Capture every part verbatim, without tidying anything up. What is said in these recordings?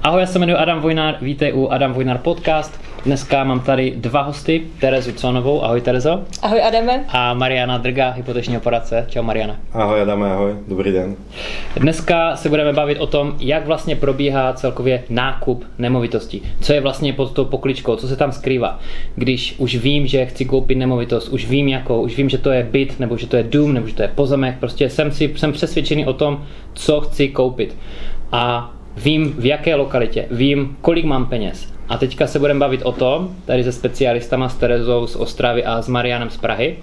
Ahoj, já se jmenuji Adam Vojnár, vítej u Adam Vojnár podcast. Dneska mám tady dva hosty, Terezu Conovou, ahoj Terezo. Ahoj Adame. A Mariana Drga, hypotečního poradce. Čau Mariana. Ahoj Adame, ahoj, dobrý den. Dneska se budeme bavit o tom, jak vlastně probíhá celkově nákup nemovitostí. Co je vlastně pod tou pokličkou, co se tam skrývá. Když už vím, že chci koupit nemovitost, už vím jakou, už vím, že to je byt, nebo že to je dům, nebo že to je pozemek, prostě jsem si jsem přesvědčený o tom, co chci koupit. A vím v jaké lokalitě, vím kolik mám peněz. A teďka se budeme bavit o tom, tady se specialistama, s Terezou z Ostravy a s Marianem z Prahy,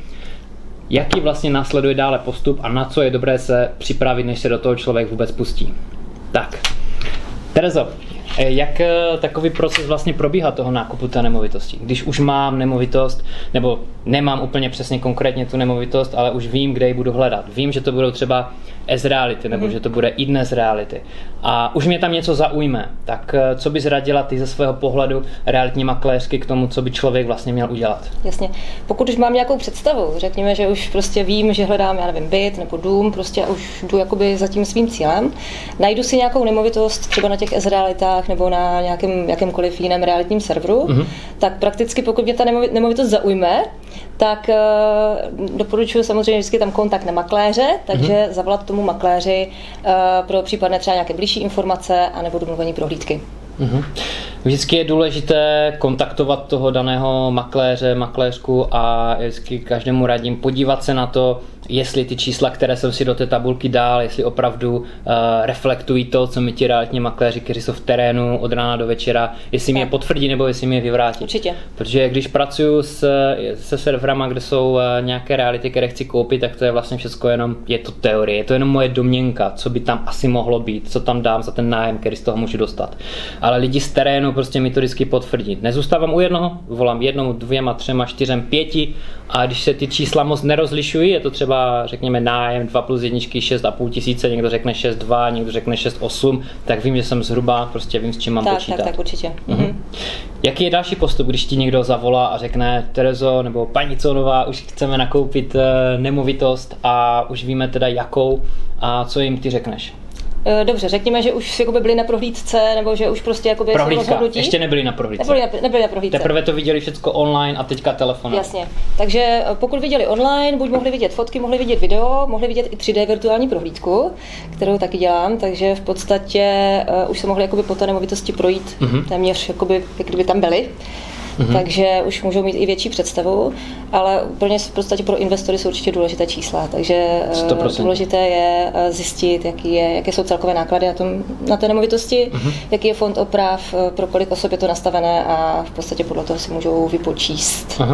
jaký vlastně následuje dále postup a na co je dobré se připravit, než se do toho člověk vůbec pustí. Tak, Terezo, jak takový proces vlastně probíhá toho nákupu té nemovitosti? Když už mám nemovitost, nebo nemám úplně přesně konkrétně tu nemovitost, ale už vím, kde ji budu hledat. Vím, že to budou třeba S-reality, nebo mm. že to bude i dnes reality. A už mě tam něco zaujme. Tak co bys radila ty ze svého pohledu realitní makléřky k tomu, co by člověk vlastně měl udělat? Jasně. Pokud už mám nějakou představu, řekněme, že už prostě vím, že hledám, já nevím, byt nebo dům, prostě už jdu jakoby za tím svým cílem, najdu si nějakou nemovitost třeba na těch S-realitách nebo na nějakém jakémkoliv jiném realitním serveru, mm. tak prakticky pokud mě ta nemovitost zaujme, tak uh, doporučuji samozřejmě vždycky tam kontakt na makléře, takže mm-hmm. zavolat tomu makléři uh, pro případné třeba nějaké blížší informace anebo domluvení prohlídky. Mm-hmm. Vždycky je důležité kontaktovat toho daného makléře, makléřku a vždycky každému radím podívat se na to, jestli ty čísla, které jsem si do té tabulky dal, jestli opravdu uh, reflektují to, co mi ti realitní makléři, kteří jsou v terénu od rána do večera, jestli mi je potvrdí nebo jestli mi je vyvrátí. Určitě. Protože když pracuju s, se serverama, kde jsou uh, nějaké reality, které chci koupit, tak to je vlastně všechno jenom, je to teorie, je to jenom moje domněnka, co by tam asi mohlo být, co tam dám za ten nájem, který z toho můžu dostat. Ale lidi z terénu prostě mi to vždycky potvrdí. Nezůstávám u jednoho, volám jednomu, dvěma, třema, čtyřem, pěti a když se ty čísla moc nerozlišují, je to třeba řekněme nájem dva plus jedničky šest a půl tisíce, někdo řekne šest dva, někdo řekne šest osm, tak vím, že jsem zhruba, prostě vím, s čím mám tak, počítat. Tak, tak, určitě. Mhm. Jaký je další postup, když ti někdo zavolá a řekne Terezo nebo paní Conová, už chceme nakoupit nemovitost a už víme teda jakou a co jim ty řekneš? Dobře, řekněme, že už jakoby byli na prohlídce, nebo že už prostě jakoby prohlídka, ještě nebyli na prohlídce. Nebyli na, nebyli na prohlídce. Teprve to viděli všechno online a teďka telefonem. Jasně. Takže pokud viděli online, buď mohli vidět fotky, mohli vidět video, mohli vidět i tři dé virtuální prohlídku, kterou taky dělám, takže v podstatě uh, už se mohli jakoby po té nemovitosti projít mm-hmm. téměř jakoby, jak kdyby tam byli. Mm-hmm. Takže už můžou mít i větší představu, ale úplně v podstatě pro investory jsou určitě důležité čísla, takže sto procent důležité je zjistit, jaký je, jaké jsou celkové náklady na, tom, na té nemovitosti, mm-hmm. jaký je fond oprav, pro kolik osob je to nastavené a v podstatě podle toho si můžou vypočíst uh,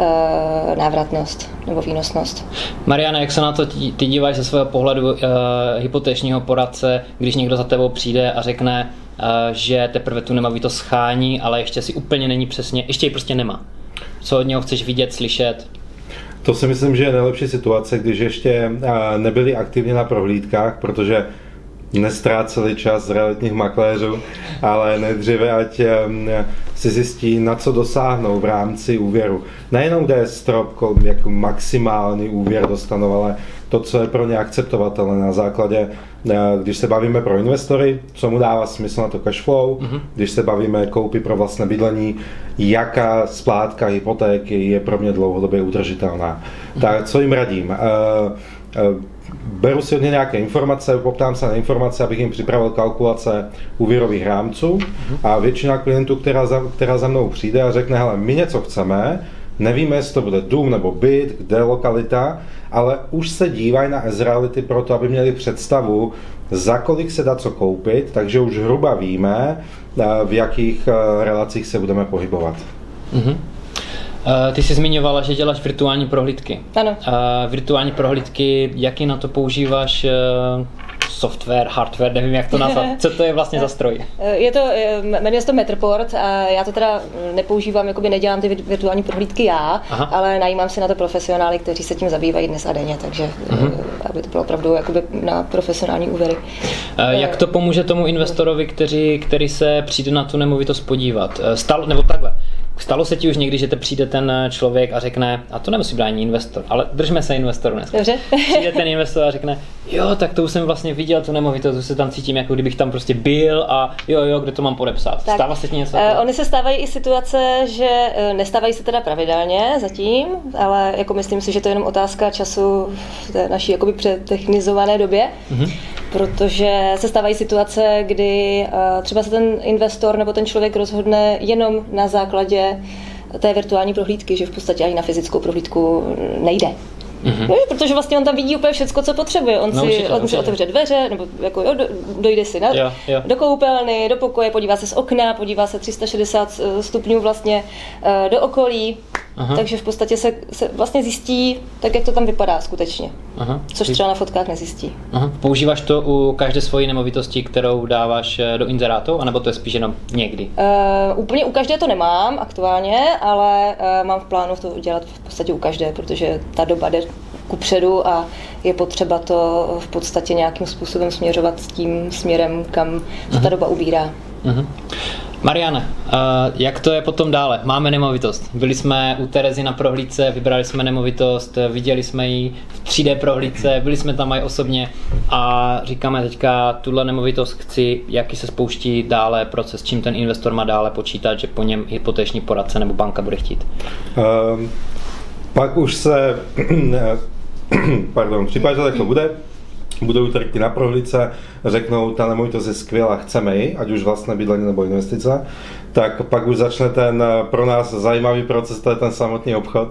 návratnost nebo výnosnost. Mariana, jak se na to ty díváš ze svého pohledu uh, hypotečního poradce, když někdo za tebou přijde a řekne, že teprve tu nemovitost schání, ale ještě si úplně není přesně, ještě ji prostě nemá. Co od něho chceš vidět, slyšet? To si myslím, že je nejlepší situace, když ještě nebyli aktivně na prohlídkách, protože nestráceli čas z realitních makléřů, ale nejdříve ať si zjistí, na co dosáhnou v rámci úvěru. Nejenom kde je strop, jak maximální úvěr dostanou, ale to, co je pro ně akceptovatelné na základě, když se bavíme pro investory, co mu dává smysl na to cash flow, mm-hmm. když se bavíme koupy pro vlastné bydlení, jaká splátka hypotéky je pro mě dlouhodobě udržitelná. Mm-hmm. Tak co jim radím? Uh, uh, Beru si od ně nějaké informace, poptám se na informace, abych jim připravil kalkulace úvěrových rámců a většina klientů, která za, která za mnou přijde a řekne, hele, my něco chceme, nevíme, jestli to bude dům nebo byt, kde je lokalita, ale už se dívají na S-reality proto, aby měli představu, za kolik se dá co koupit, takže už hruba víme, v jakých relacích se budeme pohybovat. Mm-hmm. Ty jsi zmiňovala, že děláš virtuální prohlídky. Ano. Virtuální prohlídky, jaký na to používáš software, hardware, nevím jak to nazvat. Co to je vlastně za stroj? Je to, jmenuje se to Matterport a já to teda nepoužívám, jakoby nedělám ty virtuální prohlídky já, Aha. ale najímám si na to profesionály, kteří se tím zabývají dnes a denně, takže uh-huh. aby to bylo opravdu jakoby na profesionální úvěry. Jak to pomůže tomu investorovi, který, který se přijde na tu nemovitost podívat? Stalo, nebo takhle. Stalo se ti už někdy, že te přijde ten člověk a řekne, a to nemusí být ani investor, ale držme se investoru dneska. Dobře. Přijde ten investor a řekne, jo, tak to už jsem vlastně viděl, tu nemovitost, už se tam cítím, jako kdybych tam prostě byl a jo, jo, kde to mám podepsat. Tak, stává se ti něco? Uh, Ony se stávají i situace, že uh, nestávají se teda pravidelně zatím, ale jako myslím si, že to je jenom otázka času v té naší jakoby přetechnizované době, mm-hmm. protože se stávají situace, kdy uh, třeba se ten investor nebo ten člověk rozhodne jenom na základě té virtuální prohlídky, že v podstatě ani na fyzickou prohlídku nejde. Mm-hmm. No, protože vlastně on tam vidí úplně všecko, co potřebuje. On, no, si, určitě, on určitě. si otevře dveře, nebo jako, jo, do, dojde si na, jo, jo. do koupelny, do pokoje, podívá se z okna, podívá se tři sta šedesát stupňů vlastně do okolí. Aha. Takže v podstatě se, se vlastně zjistí, tak jak to tam vypadá skutečně. Aha. Což třeba na fotkách nezjistí. Aha. Používáš to u každé svojí nemovitosti, kterou dáváš do inzerátu, anebo to je spíš jenom někdy? Uh, úplně u každé to nemám aktuálně, ale uh, mám v plánu to dělat v podstatě u každé, protože ta doba jde kupředu a je potřeba to v podstatě nějakým způsobem směřovat tím směrem, kam se ta doba ubírá. Aha. Mariane, jak to je potom dále? Máme nemovitost. Byli jsme u Terezy na prohlídce, vybrali jsme nemovitost, viděli jsme ji v tři dé prohlídce, byli jsme tam i osobně a říkáme teďka, tuhle nemovitost chci, jaký se spouští dále proces, čím ten investor má dále počítat, že po něm hypoteční poradce nebo banka bude chtít. Um, pak už se, pardon, v případě, že tak to bude, budou trky na prohlídce, řeknou, ta nemovitost je skvělá, chceme ji, ať už vlastné bydlení nebo investice, tak pak už začne ten pro nás zajímavý proces, to je ten samotný obchod.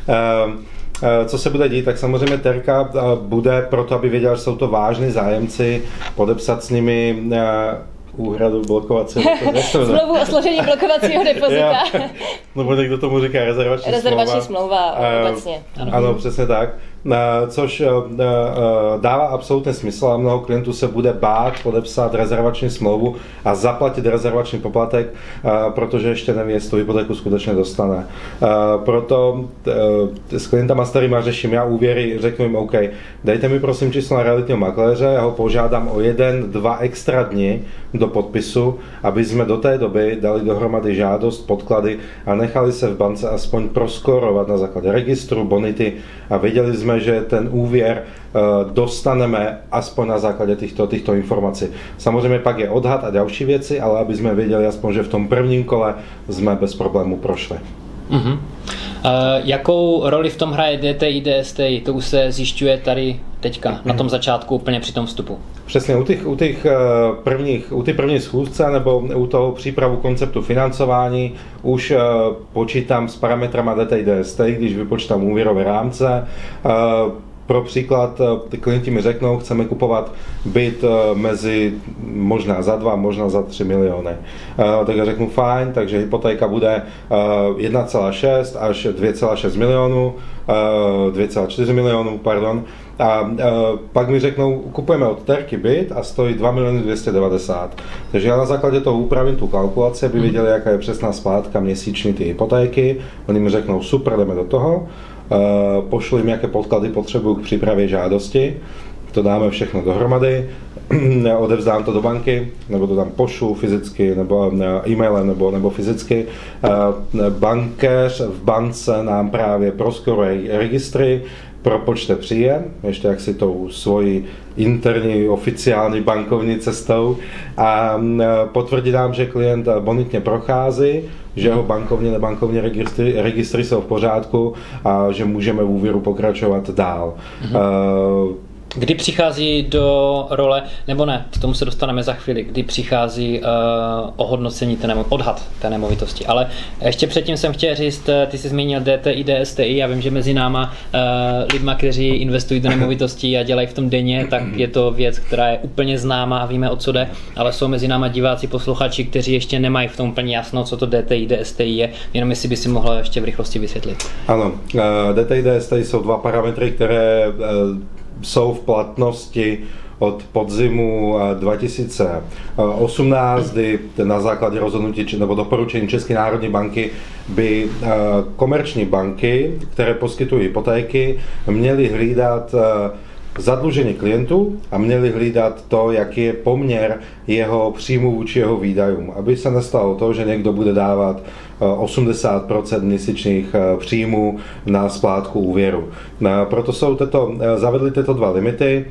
Co se bude dít, tak samozřejmě terka bude proto, aby věděla, že jsou to vážní zájemci, podepsat s nimi úhradu blokovacího depozita. Smlouvu o složení blokovacího depozita. Nebo někdo tomu říká rezervační, rezervační smlouva. smlouva obecně. Ano. ano, přesně tak. Což dává absolutně smysl a mnoho klientů se bude bát podepsat rezervační smlouvu a zaplatit rezervační poplatek, protože ještě neví, jestli tu hypotéku skutečně dostane. Proto s klientama, s kterýma řeším já úvěry, řeknu jim OK, dejte mi prosím číslo na realitního makléře, já ho požádám o jeden, dva extra dny do podpisu, aby jsme do té doby dali dohromady žádost, podklady a nechali se v bance aspoň proskorovat na základě registru, bonity a věděli jsme, že ten úvěr dostaneme aspoň na základě těchto, těchto informací. Samozřejmě pak je odhad a další věci, ale aby jsme věděli aspoň, že v tom prvním kole jsme bez problémů prošli. Uh-huh. Uh, jakou roli v tom hraje D T I, D S T I? To už se zjišťuje tady teďka, na tom začátku, úplně při tom vstupu. Přesně, u těch, u těch prvních, u těch prvních schůzce nebo u toho přípravu konceptu financování už počítám s parametrama D T I, D S T I, když vypočítám úvěrové rámce. Pro příklad, ty klienti mi řeknou, chceme kupovat byt mezi možná za dva, možná za tři miliony. Tak já řeknu fajn, takže hypotéka bude jedna celá šest až dvě celá šest milionů, dvě celá čtyři milionů, pardon. A pak mi řeknou, kupujeme od terky byt a stojí dva miliony dvě stě devadesát. Takže já na základě toho upravím tu kalkulaci, aby věděli, jaká je přesná splátka měsíční ty hypotéky. Oni mi řeknou, super, jdeme do toho. Pošlu jim, jaké podklady potřebuju k přípravě žádosti, to dáme všechno dohromady, odevzdám to do banky, nebo to tam pošlu fyzicky, nebo e-mailem, nebo, nebo fyzicky. Bankéř v bance nám právě proskoruje registry, propočte příjem, ještě jak si tou svojí interní oficiální bankovní cestou a potvrdí nám, že klient bonitně prochází, že jeho bankovní a nebankovní registry, registry jsou v pořádku a že můžeme v úvěru pokračovat dál. Mhm. Uh, Kdy přichází do role, nebo ne, k tomu se dostaneme za chvíli, kdy přichází uh, ohodnocení, té nemo, odhad té nemovitosti. Ale ještě předtím jsem chtěl říct, ty jsi zmínil D T I, D S T I, já vím, že mezi náma uh, lidma, kteří investují do nemovitostí a dělají v tom denně, tak je to věc, která je úplně známá a víme, o co jde, ale jsou mezi náma diváci, posluchači, kteří ještě nemají v tom úplně jasno, co to D T I, D S T I je, jenom jestli by si mohla ještě v rychlosti vysvětlit. Ano, uh, D T I, D S T I jsou dva parametry, které uh, jsou v platnosti od podzimu dva tisíce osmnáct, kdy na základě rozhodnutí nebo doporučení České národní banky by komerční banky, které poskytují hypotéky, měly hlídat zadlužení klientů a měli hlídat to, jaký je poměr jeho příjmu vůči jeho výdajům. Aby se nestalo to, že někdo bude dávat osmdesát procent měsíčních příjmů na splátku úvěru. Proto jsou tyto, zavedli tyto dva limity.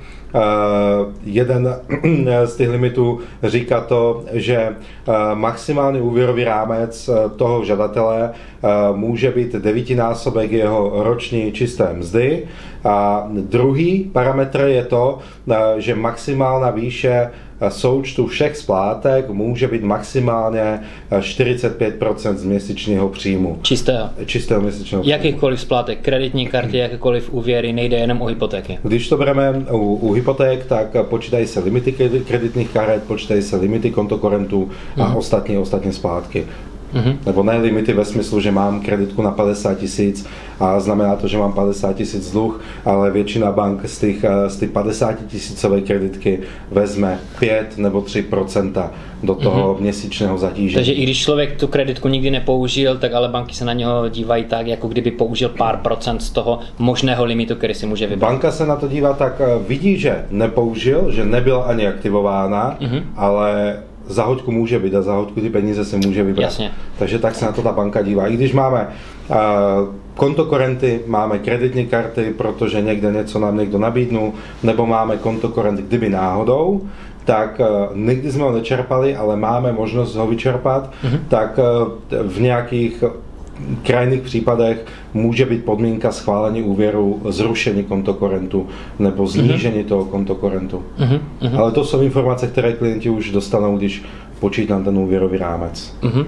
Jeden z těch limitů říká to, že maximální úvěrový rámec toho žadatele může být devítinásobek jeho roční čisté mzdy. A druhý parametr je to, že maximální výše součtu všech splátek může být maximálně čtyřicet pět procent z měsíčního příjmu. Čistého. Čistého měsíčního příjmu. Jakýchkoliv splátek, kreditní karty, jakékoliv úvěry, nejde jenom o hypotéky. Když to bereme u, u hypoték, tak počítají se limity kreditních karet, počítají se limity kontokorentů a mm. ostatní, ostatní splátky. Mm-hmm. Nebo ne limity ve smyslu, že mám kreditku na padesát tisíc a znamená to, že mám padesát tisíc dluh, ale většina bank z těch, z těch padesát tisícové kreditky vezme pět nebo tři procenta do toho mm-hmm. měsíčného zatížení. Takže i když člověk tu kreditku nikdy nepoužil, tak ale banky se na něho dívají tak, jako kdyby použil pár procent z toho možného limitu, který si může vybrat. Banka se na to dívá tak, vidí, že nepoužil, že nebyla ani aktivována, mm-hmm. ale za hoďku může být a za hoďku ty peníze se může vybrat. Jasně. Takže tak se na to ta banka dívá. I když máme uh, kontokorenty, máme kreditní karty, protože někde něco nám někdo nabídnul, nebo máme kontokorenty, kdyby náhodou, tak uh, nikdy jsme ho nečerpali, ale máme možnost ho vyčerpat, mm-hmm. tak uh, v nějakých krajných případech může být podmínka schválení úvěru zrušení kontokorentu nebo znížení mm-hmm. toho kontokorentu. Mm-hmm. Ale to jsou informace, které klienti už dostanou, když počítám ten úvěrový rámec. Mm-hmm.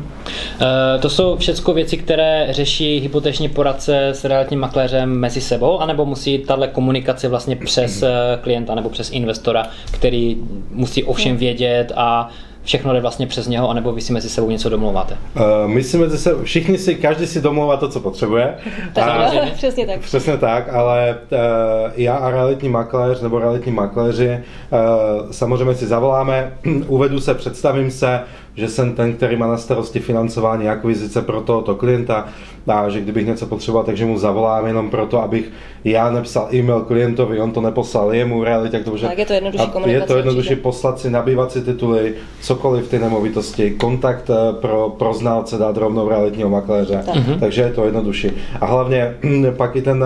E, to jsou všechno věci, které řeší hypoteční poradce s realitním makléřem mezi sebou, anebo musí tahle komunikace vlastně přes klienta nebo přes investora, který musí ovšem vědět a všechno jde vlastně přes něho, anebo vy si mezi sebou něco domlouváte? Uh, my si mezi sebou, všichni si, každý si domlouvá to, co potřebuje. Tak, a, přesně tak. Přesně tak, ale uh, já a realitní makléř nebo realitní makléři uh, samozřejmě si zavoláme, uvedu se, představím se, že jsem ten, který má na starosti financování akvizice pro tohoto klienta a že kdybych něco potřeboval, takže mu zavolám jenom proto, abych já nepsal e-mail klientovi, on to neposlal jemu, realitě, protože tak je to jednodušší komunikace. Je to jednodušší poslat si, nabývat si tituly, cokoliv ty nemovitosti, kontakt pro, pro znalce dát rovnou realitního makléře, tak. mm-hmm. takže je to jednodušší. A hlavně pak i ten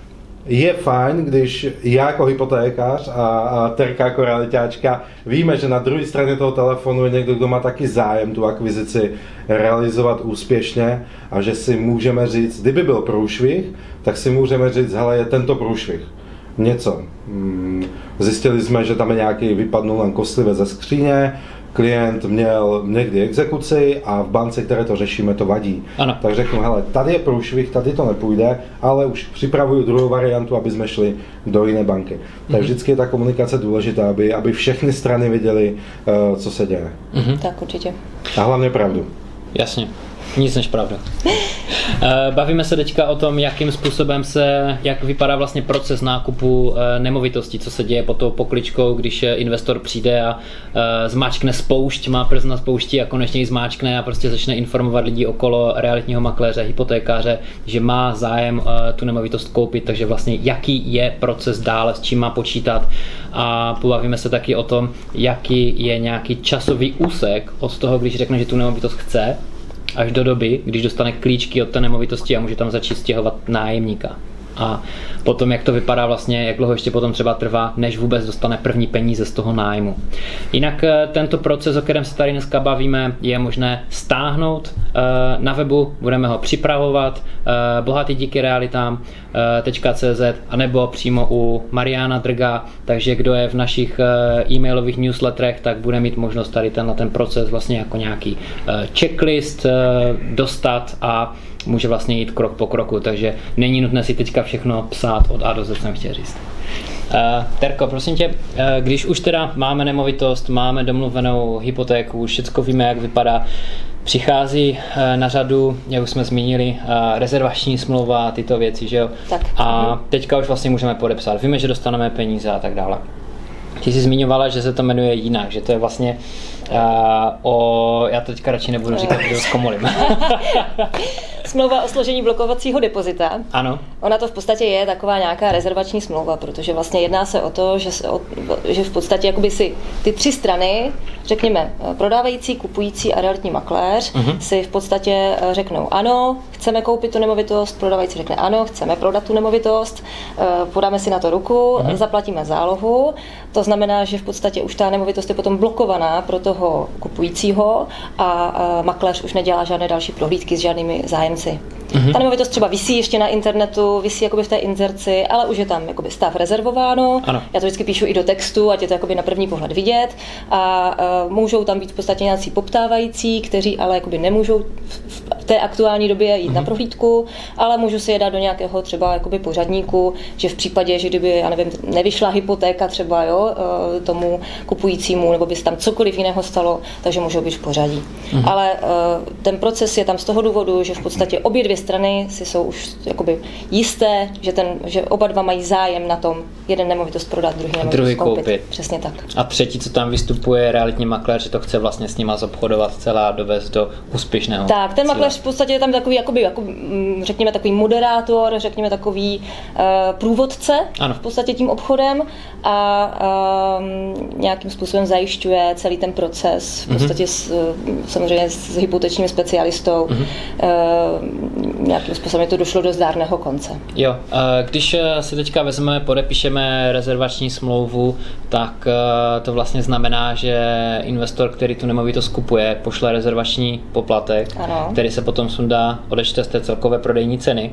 je fajn, když já jako hypotékář a, a Terka jako realitáčka víme, že na druhé straně toho telefonu je někdo, kdo má taky zájem tu akvizici realizovat úspěšně a že si můžeme říct, kdyby byl průšvih, tak si můžeme říct, hele, je tento průšvih. Něco. Zjistili jsme, že tam je nějaký vypadnul len kostlivec ze skříně, klient měl někdy exekuci a v bance, které to řešíme, to vadí. Ano. Tak řeknu, hele, tady je průšvih, tady to nepůjde, ale už připravuju druhou variantu, aby jsme šli do jiné banky. Mm-hmm. Tak vždycky je ta komunikace důležitá, aby, aby všechny strany viděly, uh, co se děje. Mm-hmm. Tak určitě. A hlavně pravdu. Jasně. Nic než pravda. Bavíme se teďka o tom, jakým způsobem se, jak vypadá vlastně proces nákupu nemovitostí, co se děje pod tou pokličkou, když investor přijde a zmáčkne spoušť, má prst na spoušti a konečně ji zmáčkne a prostě začne informovat lidi okolo realitního makléře, hypotékáře, že má zájem tu nemovitost koupit, takže vlastně jaký je proces dále, s čím má počítat a pobavíme se taky o tom, jaký je nějaký časový úsek od toho, když řekne, že tu nemovitost chce, až do doby, když dostane klíčky od té nemovitosti a může tam začít stěhovat nájemníka. A potom, jak to vypadá vlastně, jak dlouho ještě potom třeba trvá, než vůbec dostane první peníze z toho nájmu. Jinak tento proces, o kterém se tady dneska bavíme, je možné stáhnout na webu, budeme ho připravovat, bohatý díky realitám tečka cé zet, anebo přímo u Mariana Drga, takže kdo je v našich e-mailových newsletterech, tak bude mít možnost tady tenhle ten proces vlastně jako nějaký checklist dostat a může vlastně jít krok po kroku, takže není nutné si teďka všechno psát od A do Z, jsem chtěl říct. Uh, Terko, prosím tě, uh, když už teda máme nemovitost, máme domluvenou hypotéku, všecko víme, jak vypadá, přichází uh, na řadu, jak už jsme zmínili, uh, rezervační smlouva a tyto věci, že jo? Tak. A teďka už vlastně můžeme podepsat. Víme, že dostaneme peníze a tak dále. Ty jsi zmiňovala, že se to jmenuje jinak, že to je vlastně A o, já to teďka radši nebudu říkat, že to zkomolím. Smlouva o složení blokovacího depozita. Ano. Ona to v podstatě je taková nějaká rezervační smlouva, protože vlastně jedná se o to, že, se o, že v podstatě jakoby si ty tři strany, řekněme prodávající, kupující a realitní makléř, uh-huh. si v podstatě řeknou ano, chceme koupit tu nemovitost, prodávající řekne ano, chceme prodat tu nemovitost, podáme si na to ruku, uh-huh. zaplatíme zálohu. To znamená, že v podstatě už ta nemovitost je potom blokovaná pro toho kupujícího a makléř už nedělá žádné další prohlídky s žádnými zájemci. Mm-hmm. Ta nemovitost třeba visí ještě na internetu, visí jakoby v té inzerci, ale už je tam jakoby stav rezervováno. Ano. Já to vždycky píšu i do textu, ať je to jakoby na první pohled vidět. A uh, můžou tam být v podstatě nějací poptávající, kteří ale jakoby nemůžou v té aktuální době jít mm-hmm. na prohlídku, ale můžu si je dát do nějakého třeba jakoby pořadníku, že v případě, že kdyby, já nevím, nevyšla hypotéka třeba jo, uh, tomu kupujícímu, nebo by se tam cokoliv jiného stalo, takže můžou být v pořadí. Mm-hmm. Ale uh, ten proces je tam z toho důvodu, že v podstatě obě dvě strany si jsou už jakoby jisté, že, ten, že oba dva mají zájem na tom jeden nemovitost prodat, druhý nemovitost druhý koupit. koupit. Přesně tak. A třetí, co tam vystupuje, realitní makléř, že to chce vlastně s nima zobchodovat celá a dovést do úspěšného Tak, ten cíle. Makléř v podstatě je tam takový, jakoby, jako, řekněme, takový moderátor, řekněme takový uh, průvodce ano. v podstatě tím obchodem a uh, nějakým způsobem zajišťuje celý ten proces, v podstatě mm-hmm. s, samozřejmě s hypotečním specialistou. Mm-hmm. Uh, nějakým způsobem to došlo do zdárného konce. Jo, když si teďka vezmeme, podepíšeme rezervační smlouvu, tak to vlastně znamená, že investor, který tu nemovitost kupuje, pošle rezervační poplatek, ano. který se potom sundá, odečte z té celkové prodejní ceny.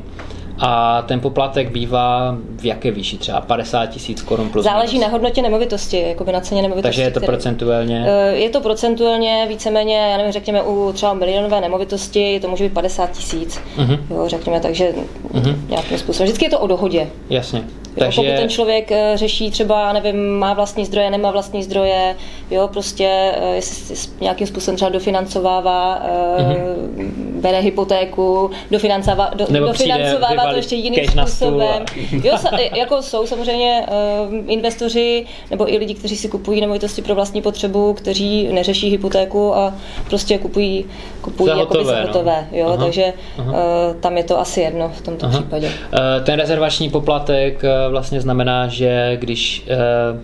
A ten poplatek bývá v jaké výši? Třeba padesát tisíc korun plus. Záleží na hodnotě nemovitosti, jakoby na ceně nemovitosti. Takže je to který, procentuálně? Je to procentuálně víceméně, já nevím, řekněme u třeba milionové nemovitosti, to může být padesát tisíc, uh-huh. jo, řekněme, takže uh-huh. nějakým způsobem. Vždycky je to o dohodě. Jasně. Jo, takže... Pokud ten člověk řeší třeba, nevím, má vlastní zdroje, nemá vlastní zdroje, jo, prostě jestli nějakým způsobem třeba dofinancovává, mm-hmm. bere hypotéku, dofinancovává, do, dofinancovává to ještě jiným způsobem. A... jo, jako jsou samozřejmě investoři nebo i lidi, kteří si kupují nemovitosti pro vlastní potřebu, kteří neřeší hypotéku a prostě kupují, kupují za jakoby hotové, za hotové, no. jo, aha, takže aha. tam je to asi jedno v tomto aha. případě. Ten rezervační poplatek vlastně znamená, že když eh,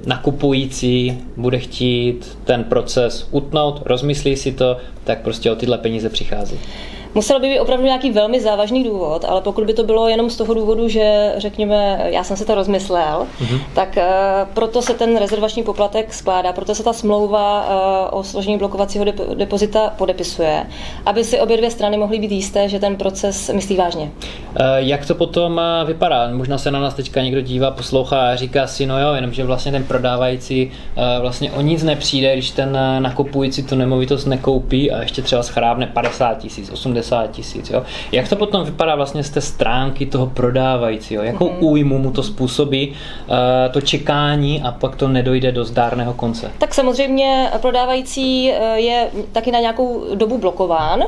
nakupující bude chtít ten proces utnout, rozmyslí si to, tak prostě o tyhle peníze přichází. Musel by být opravdu nějaký velmi závažný důvod, ale pokud by to bylo jenom z toho důvodu, že řekněme, já jsem si to rozmyslel, mm-hmm. tak uh, proto se ten rezervační poplatek skládá, proto se ta smlouva uh, o složení blokovacího dep- depozita podepisuje, aby si obě dvě strany mohly být jisté, že ten proces myslí vážně. Uh, jak to potom uh, vypadá? Možná se na nás teďka někdo dívá, poslouchá a říká si, no jo, jenomže vlastně ten prodávající uh, vlastně o nic nepřijde, když ten uh, nakupující tu nemovitost nekoupí a ještě třeba schrábne padesát tisíc, osmdesát tisíc. Jo? Jak to potom vypadá vlastně z té stránky toho prodávajícího? Jakou mm-hmm. újmu mu to způsobí uh, to čekání a pak to nedojde do zdárného konce? Tak samozřejmě prodávající je taky na nějakou dobu blokován.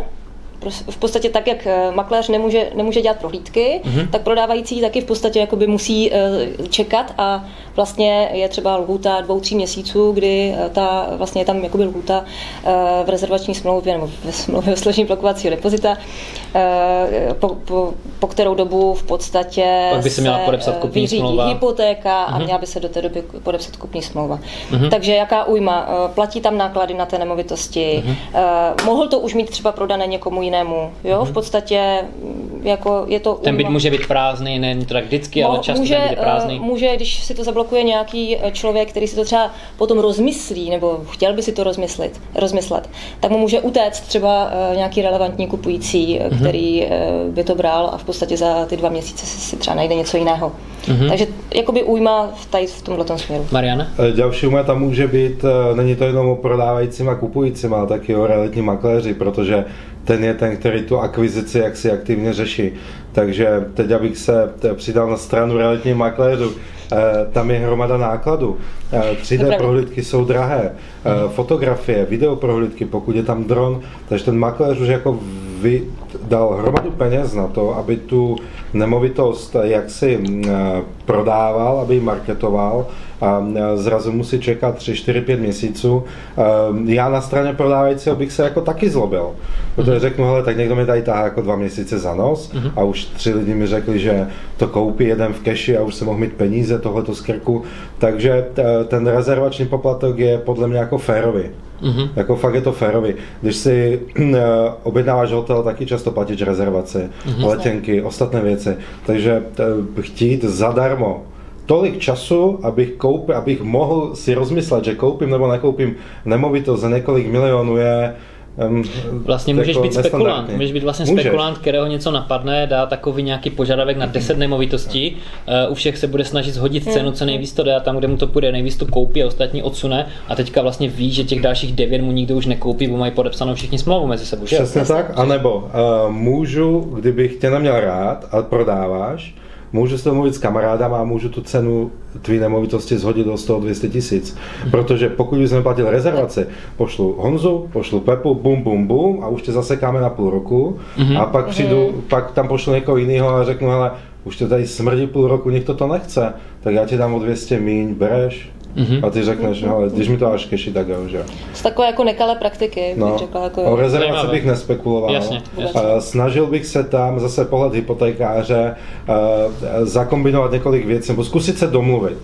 V podstatě tak, jak makléř nemůže, nemůže dělat prohlídky, mm-hmm. tak prodávající taky v podstatě jakoby musí čekat a vlastně je třeba lhůta dvou, tří měsíců, kdy ta, vlastně je tam jakoby lhůta v rezervační smlouvě nebo ve smlouvě o složení blokovacího depozita, po, po, po kterou dobu v podstatě pak by se, měla podepsat kupní vyřídí smlouva. hypotéka mm-hmm. a měla by se do té doby podepsat kupní smlouva. Mm-hmm. Takže jaká újma? Platí tam náklady na té nemovitosti, mm-hmm. mohl to už mít třeba prodané někomu jinému, jo, mm-hmm. v podstatě jako je to... Ten byt může být prázdný, není to tak vždycky, ale často může, ten byt je prázdný. Může, když si to zablokuje nějaký člověk, který si to třeba potom rozmyslí, nebo chtěl by si to rozmyslet, rozmyslet tak mu může utéct třeba nějaký relevantní kupující, mm-hmm. který by to bral a v podstatě za ty dva měsíce si třeba najde něco jiného. Mm-hmm. Takže jakoby újma v, tady v tomhletom směru. Mariana? Další újma tam může být, není to jenom o prodávajícím a kupujícím, ale taky o realitní makléři, protože ten je ten, který tu akvizici jaksi aktivně řeší. Takže teď, abych se přidal na stranu realitních makléřů, tam je hromada nákladů. tři dé prohlídky jsou drahé, fotografie, videoprohlídky, pokud je tam dron, takže ten makléř už jako vy dal hromadu peněz na to, aby tu nemovitost jaksi prodával, aby ji marketoval a zrazu musí čekat tři, čtyři, pět měsíců. Já na straně prodávajícího bych se jako taky zlobil, protože řeknu, hele, tak někdo mi tady tahá jako dva měsíce za nos a už tři lidi mi řekli, že to koupí, jeden v keši a už se mohl mít peníze, tohleto z krku, takže ten rezervační poplatek je podle mě jako férový. Mm-hmm. Jako fakt je to férový. Když si uh, objednáváš hotel, taky často platíš rezervaci, mm-hmm. letenky, ostatné věci. Takže uh, chtít zadarmo tolik času, abych koupil, abych mohl si rozmyslet, že koupím nebo nekoupím nemovitost za několik milionů je Um, vlastně můžeš být spekulant, můžeš být vlastně můžeš. spekulant, kterého něco napadne, dá takový nějaký požadavek na deset nemovitostí, uh, u všech se bude snažit zhodit cenu, co nejvíc to dá, tam, kde mu to půjde, nejvíc to koupí a ostatní odsune a teďka vlastně ví, že těch dalších devět mu nikdo už nekoupí, bo mají podepsanou všichni smlouvu mezi sebou. Přesně tak, anebo uh, můžu, kdybych tě neměl rád a prodáváš, můžu se domluvit s kamarádama a můžu tu cenu tvý nemovitosti zhodit do sto dvě stě tisíc. Protože pokud bychom platili rezervaci, pošlu Honzu, pošlu Pepu, bum, bum, bum a už tě zasekáme na půl roku mm-hmm. a pak přijdu, mm-hmm. pak tam pošlu někoho jiného a řeknu, hele, už to tady smrdí půl roku, nikdo to nechce, tak já ti dám o dvě stě míň, bereš? Mm-hmm. A ty řekneš, no, ale když mi to až keši, tak jo, že? Z takové jako nekalé praktiky, no, bych řekla. Jako... O rezervaci bych nespekuloval. Jasně, jasně. Snažil bych se tam, zase pohled hypotékáře, zakombinovat několik věcí, nebo zkusit se domluvit.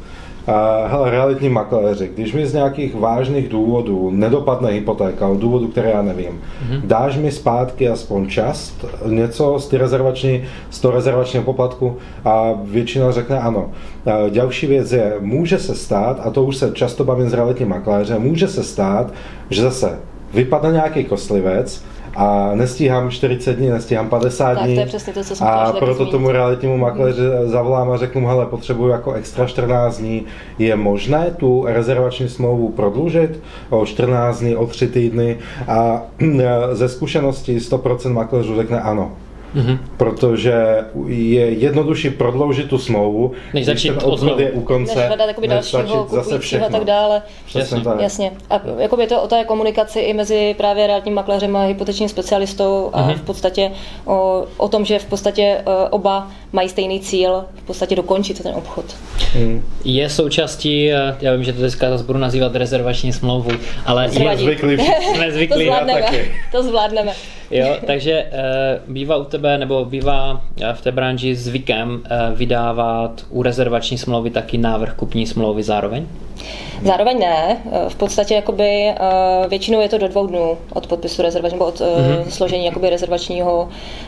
Hele, realitní makléři, když mi z nějakých vážných důvodů nedopadne hypotéka, od důvodu, které já nevím, mm-hmm. dáš mi zpátky aspoň část, něco z, rezervační, z toho rezervačního poplatku a většina řekne ano. Další věc je, může se stát, a to už se často bavím s realitním makléřem, může se stát, že zase vypadne nějaký koslivec, a nestíhám čtyřicet dní, nestíhám padesát tak, dní to je přesně to, co jsem a proto zmínit. Tomu realitnímu makléři zavolám a řeknu, hele, potřebuji jako extra čtrnáct dní. Je možné tu rezervační smlouvu prodloužit o čtrnáct dní, o tři týdny a ze zkušenosti sto procent makléřů řekne ano. Mm-hmm. Protože je jednodušší prodloužit tu smlouvu, než začít ten obchod je u konce, než hledat dalšího kupujícího a tak dále. Jasně. Jasně. A jakoby to o té komunikaci i mezi právě realitním makléřem a hypotečním specialistou a mm-hmm. v podstatě o, o tom, že v podstatě oba mají stejný cíl, v podstatě dokončit ten obchod. Mm. Je součástí, já vím, že to dneska zase budu nazývat rezervační smlouvu, ale jsme zvyklí. Jsme zvyklí. To zvládneme. To zvládneme. Jo, takže uh, bývá u tebe, nebo bývá v té branži zvykem uh, vydávat u rezervační smlouvy taky návrh kupní smlouvy zároveň? Zároveň ne, v podstatě jakoby, uh, většinou je to do dvou dnů od podpisu rezervační, nebo od uh, mm-hmm. složení jakoby rezervačního,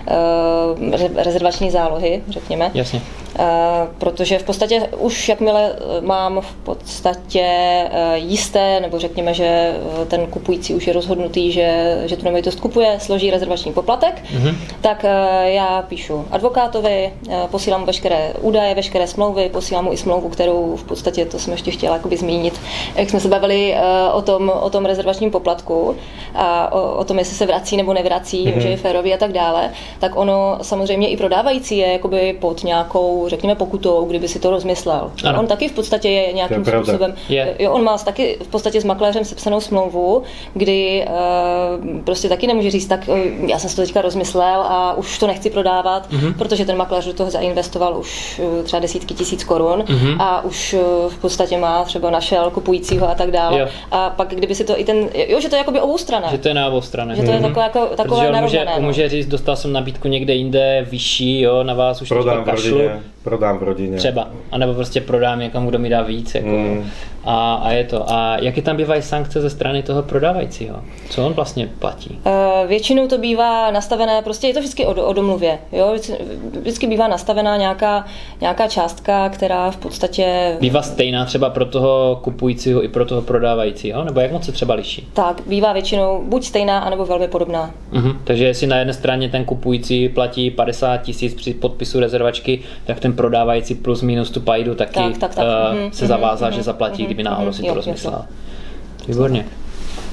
uh, rezervační zálohy, řekněme. Jasně. Uh, protože v podstatě už jakmile mám v podstatě uh, jisté, nebo řekněme, že ten kupující už je rozhodnutý, že, že tu nemovitost kupuje, složí rezervační poplatek, mm-hmm. tak uh, já píšu advokátovi, uh, posílám mu veškeré údaje, veškeré smlouvy, posílám mu i smlouvu, kterou v podstatě, to jsem ještě chtěla jakoby zmínit, jak jsme se bavili uh, o tom, o tom rezervačním poplatku a o, o tom, jestli se vrací nebo nevrací, mm-hmm. že je férový a tak dále, tak ono samozřejmě i prodávající je jakoby pod nějakou, řekněme, pokutou, kdyby si to rozmyslel. Ano. On taky v podstatě je nějakým je způsobem, je. Jo, on má taky v podstatě s makléřem sepsanou smlouvu, kdy uh, prostě taky nemůže říct, tak uh, já jsem si to teďka rozmyslel a už to nechci prodávat, mm-hmm. protože ten makléř do toho zainvestoval už uh, třeba desítky tisíc korun mm-hmm. a už uh, v podstatě má třeba našel kupujícího a tak dále. Jo. A pak kdyby si to i ten, jo, že to je jakoby oboustranné. Že to je na oboustrané. Že to je mm-hmm. takové, jako, takové narovnané. Může, no. může říct, dostal jsem nabídku někde jinde, vyšší, jo, na vás už prodám v rodině, prodám v rodině. Třeba. A nebo prostě prodám někomu, kdo mi dá víc. Jako, mm. a, a je to. A jaké tam bývají sankce ze strany toho prodávajícího? Co on vlastně platí? Uh, většinou to bývá nastavené, prostě je to vždycky o, o domluvě. Jo? Vždycky bývá nastavená nějaká, nějaká částka, která v podstatě... Bývá stejná třeba pro toho kupujícího i pro toho prodávajícího? Nebo jak moc se třeba liší? Tak, bývá většinou buď stejná, anebo velmi podobná. Uh-huh. Takže jestli na jedné straně ten kupující platí padesát tisíc při podpisu rezervačky, tak ten prodávající plus minus tu pajdu taky tak, tak, tak. Uh, uh-huh. se zavázal, uh-huh. že zaplatí, uh-huh. kdyby náhodou uh-huh. si to rozmyslel. Výborně.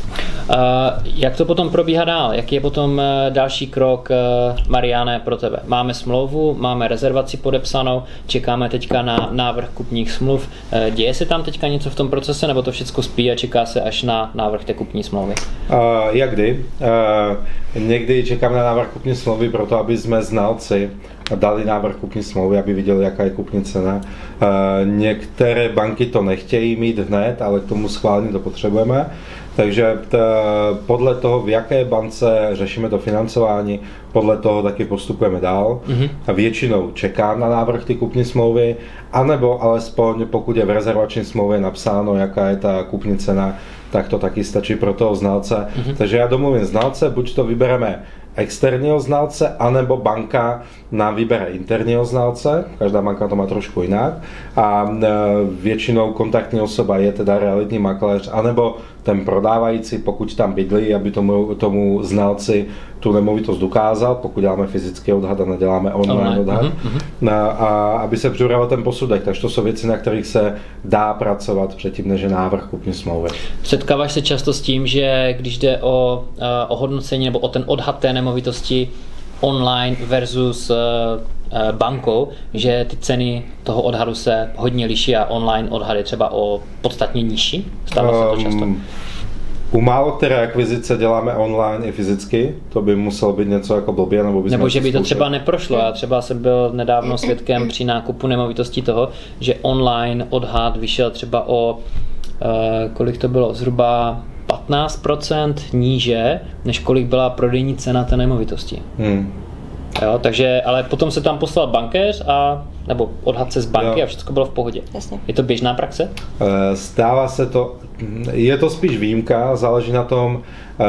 Jak to potom probíhá dál? Jaký je potom další krok, Mariáne, pro tebe? Máme smlouvu, máme rezervaci podepsanou, čekáme teďka na návrh kupních smluv. Děje se tam teďka něco v tom procese, nebo to všechno spí a čeká se až na návrh té kupní smlouvy? Uh, jak kdy? Uh, někdy čekáme na návrh kupní smlouvy proto, aby jsme znalci dali návrh kupní smlouvy, aby viděli, jaká je kupní cena. Uh, některé banky to nechtějí mít hned, ale k tomu schválení to potřebujeme. Takže t, podle toho, v jaké bance řešíme to financování, podle toho taky postupujeme dál. Mm-hmm. A většinou čekám na návrh ty kupní smlouvy, anebo alespoň pokud je v rezervační smlouvě napsáno, jaká je ta kupní cena, tak to taky stačí pro toho znalce. Mm-hmm. Takže já domluvím znalce, buď to vybereme externího znalce, anebo banka nám vybere interního znalce, každá banka to má trošku jinak a většinou kontaktní osoba je teda realitní makléř, anebo ten prodávající, pokud tam bydlí, aby tomu, tomu znalci tu nemovitost dokázal, pokud děláme fyzický odhad a neděláme online, online. odhad, mm-hmm. a aby se připravil ten posudek. Takže to jsou věci, na kterých se dá pracovat předtím, než je návrh kupní smlouvy. Setkáváš se často s tím, že když jde o, o hodnocení nebo o ten odhad té nemovitosti online versus bankou, že ty ceny toho odhadu se hodně liší a online odhad je třeba o podstatně nižší? Stává se to často? Um, u málo které akvizice děláme online i fyzicky, to by muselo být něco jako blbě, nebo by Nebo že by to třeba neprošlo. Já třeba jsem byl nedávno svědkem při nákupu nemovitostí toho, že online odhad vyšel třeba o, uh, kolik to bylo, zhruba patnáct procent níže, než kolik byla prodejní cena té nemovitosti. Hmm. Jo, takže, ale potom se tam poslal bankéř a nebo odhadce z banky jo. A všechno bylo v pohodě. Jasně. Je to běžná praxe? Stává se to, je to spíš výjimka, záleží na tom,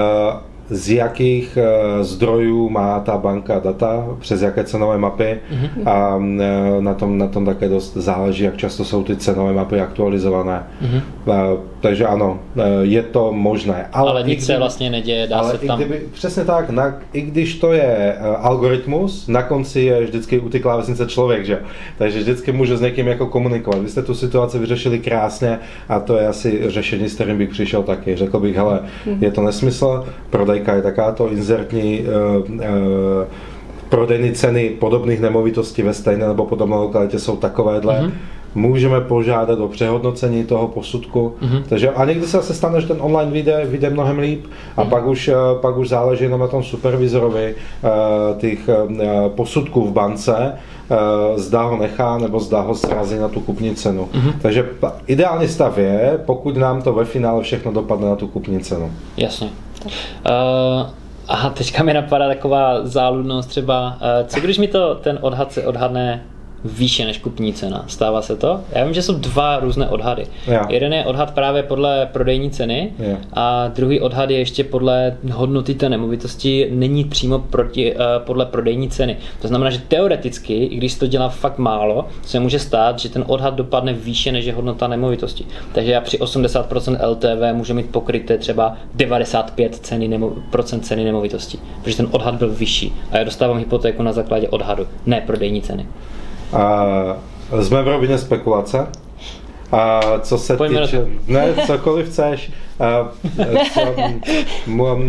z jakých zdrojů má ta banka data, přes jaké cenové mapy mm-hmm. a na tom, na tom také dost záleží, jak často jsou ty cenové mapy aktualizované. Mm-hmm. Takže ano, je to možné. Ale, ale nic se vlastně neděje, dá ale se tam... Kdyby, přesně tak, na, i když to je algoritmus, na konci je vždycky u ty klávesnice člověk, že? Takže vždycky může s někým jako komunikovat. Vy jste tu situaci vyřešili krásně a to je asi řešení, s kterým bych přišel taky. Řekl bych, hele, mm-hmm. je to nesmysl, prodej je takáto, inzertní uh, uh, prodejní ceny podobných nemovitostí ve stejné nebo podobné lokalitě jsou takovéhle. Mm-hmm. Můžeme požádat o přehodnocení toho posudku. Mm-hmm. Takže, a někdy se zase stane, že ten online vyjde, vyjde mnohem líp a mm-hmm. pak, už, pak už záleží jenom na tom supervizorovi uh, těch uh, posudků v bance, uh, zda ho nechá nebo zda ho srazí na tu kupní cenu. Mm-hmm. Takže ideální stav je, pokud nám to ve finále všechno dopadne na tu kupní cenu. Jasně. Uh, aha, teďka mi napadá taková záludnost třeba, uh, co když mi to ten odhad se odhadne výše než kupní cena? Stává se to? Já vím, že jsou dva různé odhady. Ja. Jeden je odhad právě podle prodejní ceny ja. A druhý odhad je ještě podle hodnoty té nemovitosti, není přímo proti, uh, podle prodejní ceny. To znamená, že teoreticky, i když to dělá fakt málo, se může stát, že ten odhad dopadne výše než je hodnota nemovitosti. Takže já při osmdesát procent L T V můžu mít pokryté třeba devadesát pět ceny nemo, procent ceny nemovitosti, protože ten odhad byl vyšší a já dostávám hypotéku na základě odhadu, ne prodejní ceny. Uh, jsme v rovině spekulace. A uh, co se Pojďme týče... Ne, cokoliv chceš. Uh, co, m, uh,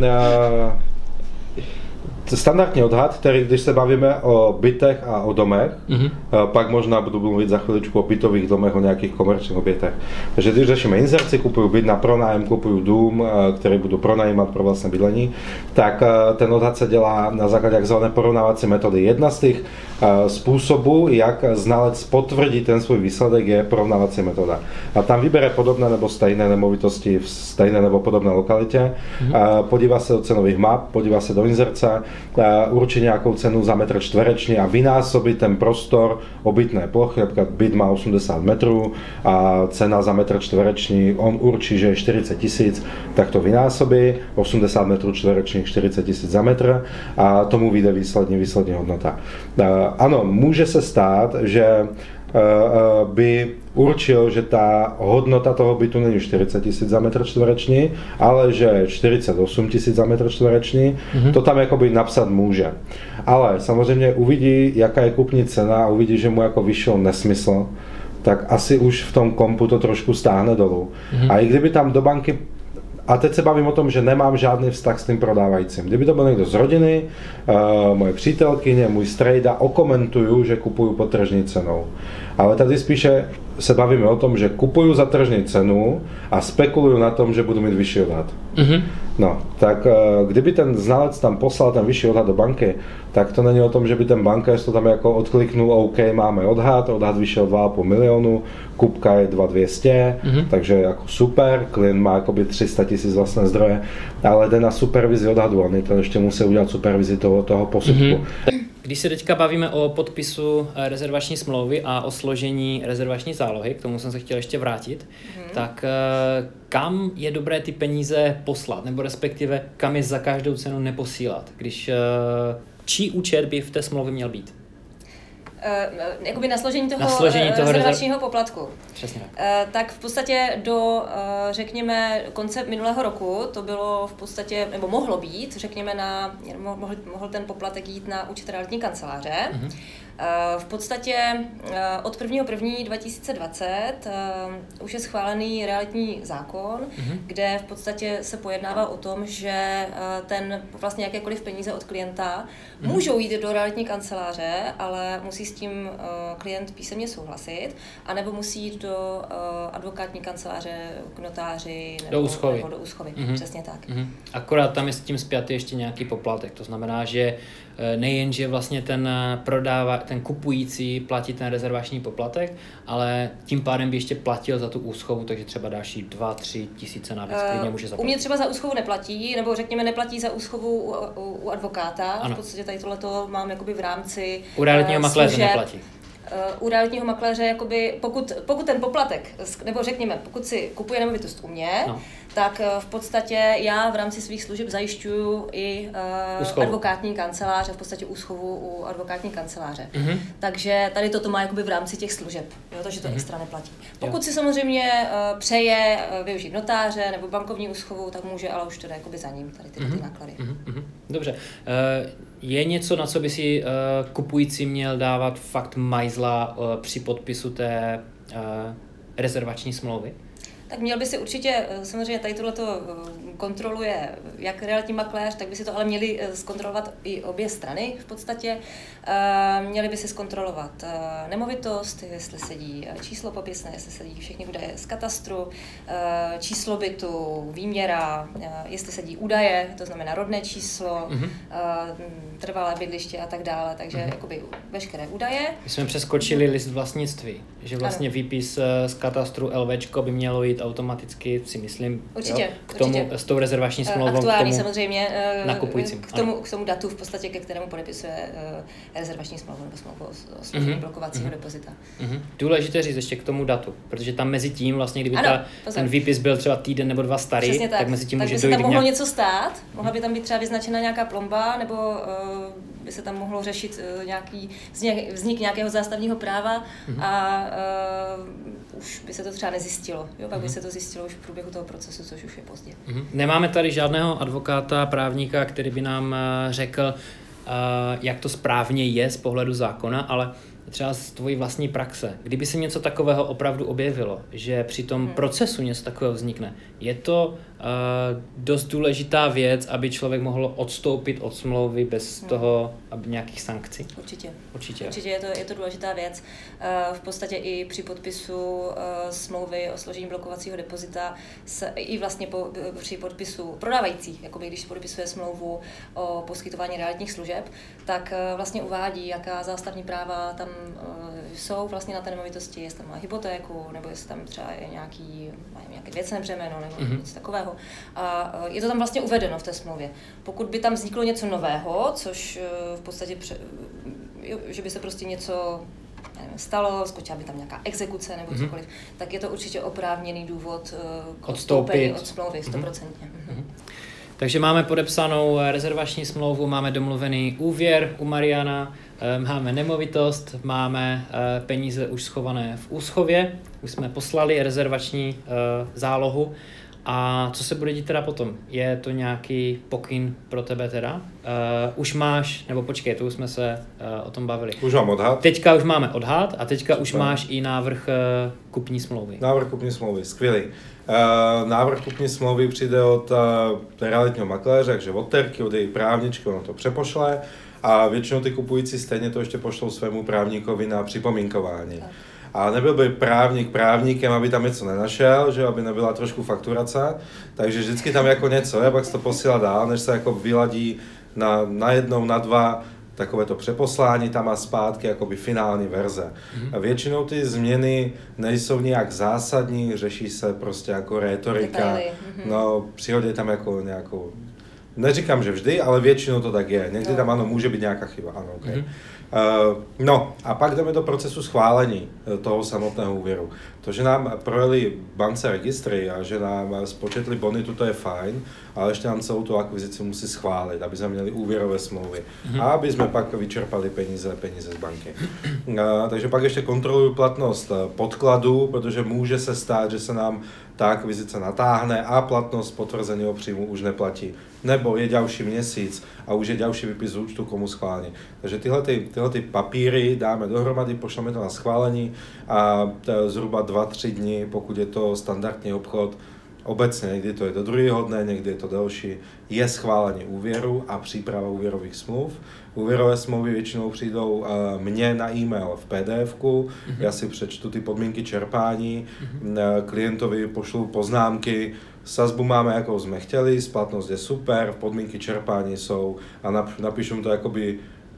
standardní odhad, který, když se bavíme o bytech a o domech, mm-hmm. uh, pak možná budu mluvit za chviličku o bytových domech, o nějakých komerčních objektech. Takže když řešíme inzerci, kupuju byt na pronájem, kupuju dům, uh, který budu pronajímat pro vlastné bydlení, tak uh, ten odhad se dělá na základě takzvané porovnávací metody. Jedna z těch uh, způsobů, jak znalec potvrdí ten svůj výsledek, je porovnávací metoda. A tam vybere podobné nebo stejné nemovitosti v stejné nebo podobné lokalitě, mm-hmm. uh, podívá se do cenových map, podívá se do inzerce, určí nějakou cenu za metr čtvereční a vynásobí ten prostor obytné plochy, například byt má osmdesát metrů a cena za metr čtvereční, on určí, že je čtyřicet tisíc, tak to vynásobí, osmdesát metrů čtverečních, čtyřicet tisíc za metr a tomu vyjde výslední, výslední hodnota. Ano, může se stát, že by určil, že ta hodnota toho bytu není čtyřicet tisíc za metr čtvereční, ale že čtyřicet osm tisíc za metr čtvereční, mm-hmm. to tam jakoby napsat může. Ale samozřejmě uvidí, jaká je kupní cena a uvidí, že mu jako vyšel nesmysl, tak asi už v tom kompu to trošku stáhne dolů. Mm-hmm. A i kdyby tam do banky a teď se bavím o tom, že nemám žádný vztah s tím prodávajícím. Kdyby to byl někdo z rodiny, uh, moje přítelkyně, můj strejda, okomentuju, že kupuju pod tržní cenou. Ale tady spíše se bavíme o tom, že kupuju za tržní cenu a spekuluju na tom, že budu mít vyšší odhad. Mm-hmm. No, tak uh, kdyby ten znalec tam poslal ten vyšší odhad do banky, tak to není o tom, že by ten bankéř to tam jako odkliknul, OK, máme odhad, odhad vyšel dva a půl milionu, kupka je dva dvě stě, mm-hmm. takže jako super, klient má jakoby tři sta tisíc vlastné zdroje, ale jde na supervizi odhadu, on ten ještě musí udělat supervizi toho, toho posudku. Mm-hmm. Když se teďka bavíme o podpisu rezervační smlouvy a o složení rezervační zálohy, k tomu jsem se chtěl ještě vrátit, hmm. tak kam je dobré ty peníze poslat, nebo respektive kam je za každou cenu neposílat, když čí účet by v té smlouvě měl být? Uh, jakoby na složení toho, na složení toho rezervačního poplatku. Přesně. Uh, tak v podstatě do, uh, řekněme, konce minulého roku to bylo v podstatě, nebo mohlo být, řekněme, na, mohl, mohl ten poplatek jít na účet realitní kanceláře. Uh-huh. Uh, v podstatě uh, od prvního prvního dva tisíce dvacet uh, už je schválený realitní zákon, uh-huh. kde v podstatě se pojednává o tom, že uh, ten vlastně jakékoliv peníze od klienta uh-huh. můžou jít do realitní kanceláře, ale musí s tím uh, klient písemně souhlasit, anebo musí jít do uh, advokátní kanceláře, k notáři nebo do úschovy. Nebo do úschovy. Uh-huh. Přesně tak. Uh-huh. Akorát tam je s tím spjatý ještě nějaký poplatek, to znamená, že nejen, že vlastně ten prodává, ten kupující platí ten rezervační poplatek, ale tím pádem by ještě platil za tu úschovu, takže třeba další dva, tři tisíce navíc klidně může zaplatit. U mě třeba za úschovu neplatí, nebo řekněme neplatí za úschovu u, u, u advokáta. Ano. V podstatě tady tohleto mám jakoby v rámci u realitního uh, makléře neplatí. U realitního makléře, jakoby, pokud, pokud ten poplatek, nebo řekněme, pokud si kupuje nemovitost u mě, no. tak v podstatě já v rámci svých služeb zajišťuju i uh, advokátní kanceláře, v podstatě úschovu u advokátní kanceláře. Mm-hmm. Takže tady toto má jakoby v rámci těch služeb, jo, takže to mm-hmm. extra neplatí. Pokud jo. si samozřejmě uh, přeje uh, využít notáře nebo bankovní úschovu, tak může, ale už to jde jakoby za ním, tady ty, mm-hmm. ty náklady. Mm-hmm. Dobře. Uh, je něco, na co by si uh, kupující měl dávat fakt majzla uh, při podpisu té uh, rezervační smlouvy? Tak měl by si určitě, samozřejmě tady tohleto kontroluje jak realitní makléř, tak by si to ale měli zkontrolovat i obě strany v podstatě. Měli by si zkontrolovat nemovitost, jestli sedí číslo popisné, jestli sedí všechny údaje z katastru, číslo bytu, výměra, jestli sedí údaje, to znamená rodné číslo, mm-hmm. trvalé bydliště a tak dále, takže mm-hmm. jakoby veškeré údaje. My jsme přeskočili list vlastnictví, že vlastně ano. výpis z katastru LVčko by mělo jít automaticky, si myslím, určitě, jo, k tomu, určitě. S tou rezervační smlouvou aktuální k tomu samozřejmě nakupujícím. K tomu, k tomu datu v podstatě, ke kterému podepisuje rezervační smlouvu nebo smlouvu o složení mm-hmm. blokovacího mm-hmm. depozita. Mm-hmm. Důležité říct ještě k tomu datu, protože tam mezi tím vlastně, kdyby ano, ta, ten výpis byl třeba týden nebo dva starý, tak. tak mezi tím tak může by dojít se tam mohlo nějak... něco stát, mohla by tam být třeba vyznačena nějaká plomba, nebo uh, by se tam mohlo řešit uh, nějaký vznik, vznik nějakého zástavního práva mm-hmm. a uh, už by se to třeba nezjistilo. Jo? Pak mm-hmm. by se to zjistilo už v průběhu toho procesu, což už je pozdě. Mm-hmm. Nemáme tady žádného advokáta, právníka, který by nám uh, řekl, uh, jak to správně je z pohledu zákona, ale třeba z tvojí vlastní praxe. Kdyby se něco takového opravdu objevilo, že při tom hmm. procesu něco takového vznikne, je to uh, dost důležitá věc, aby člověk mohl odstoupit od smlouvy bez hmm. toho, aby nějakých sankcí? Určitě. Určitě. Určitě je to, je to důležitá věc. Uh, v podstatě i při podpisu uh, smlouvy o složení blokovacího depozita se, i vlastně po, při podpisu prodávající, jakoby když podepisuje smlouvu o poskytování realitních služeb, tak uh, vlastně uvádí, jaká zástavní práva tam jsou vlastně na té nemovitosti, jestli tam má hypotéku, nebo jestli tam třeba je nějaký, nějaké věcné břemeno, nebo mm-hmm. něco takového. A je to tam vlastně uvedeno v té smlouvě. Pokud by tam vzniklo něco nového, což v podstatě, že by se prostě něco nevím, stalo, skočila by tam nějaká exekuce nebo mm-hmm. cokoliv, tak je to určitě oprávněný důvod k odstoupení od smlouvy, stoprocentně. Mm-hmm. Takže máme podepsanou rezervační smlouvu, máme domluvený úvěr u Mariana, máme nemovitost, máme peníze už schované v úschově, už jsme poslali rezervační zálohu A co se bude dít teda potom? Je to nějaký pokyn pro tebe teda? Uh, už máš, nebo počkej, to už jsme se uh, o tom bavili. Už mám odhad. Teďka už máme odhad a teďka už máš i návrh uh, kupní smlouvy. Návrh kupní smlouvy, skvělý. Uh, návrh kupní smlouvy přijde od uh, realitního makléře, takže od Terky, od její právničky, ono to přepošle a většinou ty kupující stejně to ještě pošlou svému právníkovi na připomínkování. Tak. A nebyl by právník právníkem, aby tam něco nenašel, že aby nebyla trošku fakturace, takže vždycky tam jako něco je, pak se to posílá dál, než se jako vyladí na, na jednou, na dva, takové to přeposlání tam a zpátky jakoby finální verze. Mm-hmm. A většinou ty změny nejsou nějak zásadní, řeší se prostě jako rétorika, mm-hmm. no přihodí tam jako nějakou, neříkám, že vždy, ale většinou to tak je, někdy no. tam ano, může být nějaká chyba, ano, okay. Mm-hmm. Uh, no a pak jdeme do procesu schválení toho samotného úvěru. To, že nám projeli bance registry a že nám spočetli bonitu, to je fajn, ale ještě nám celou tu akvizici musí schválit, aby jsme měli úvěrové smlouvy mm-hmm. a aby jsme pak vyčerpali peníze, peníze z banky. Uh, takže pak ještě kontrolují platnost podkladu, protože může se stát, že se nám ta akvizice natáhne a platnost potvrzeného příjmu už neplatí. Nebo je další měsíc a už je další výpis z účtu, komu schválení. Takže tyhle, ty, tyhle ty papíry dáme dohromady, pošleme to na schválení a zhruba dva tři dny, pokud je to standardní obchod, obecně někdy to je do druhého dne, někdy je to delší, je schválení úvěru a příprava úvěrových smluv. Úvěrové smlouvy většinou přijdou uh, mně na e-mail v pé dé efku, mm-hmm. já si přečtu ty podmínky čerpání, mm-hmm. uh, klientovi pošlu poznámky, sazbu máme, jakou jsme chtěli, splatnost je super, podmínky čerpání jsou a nap, napíšu to jakoby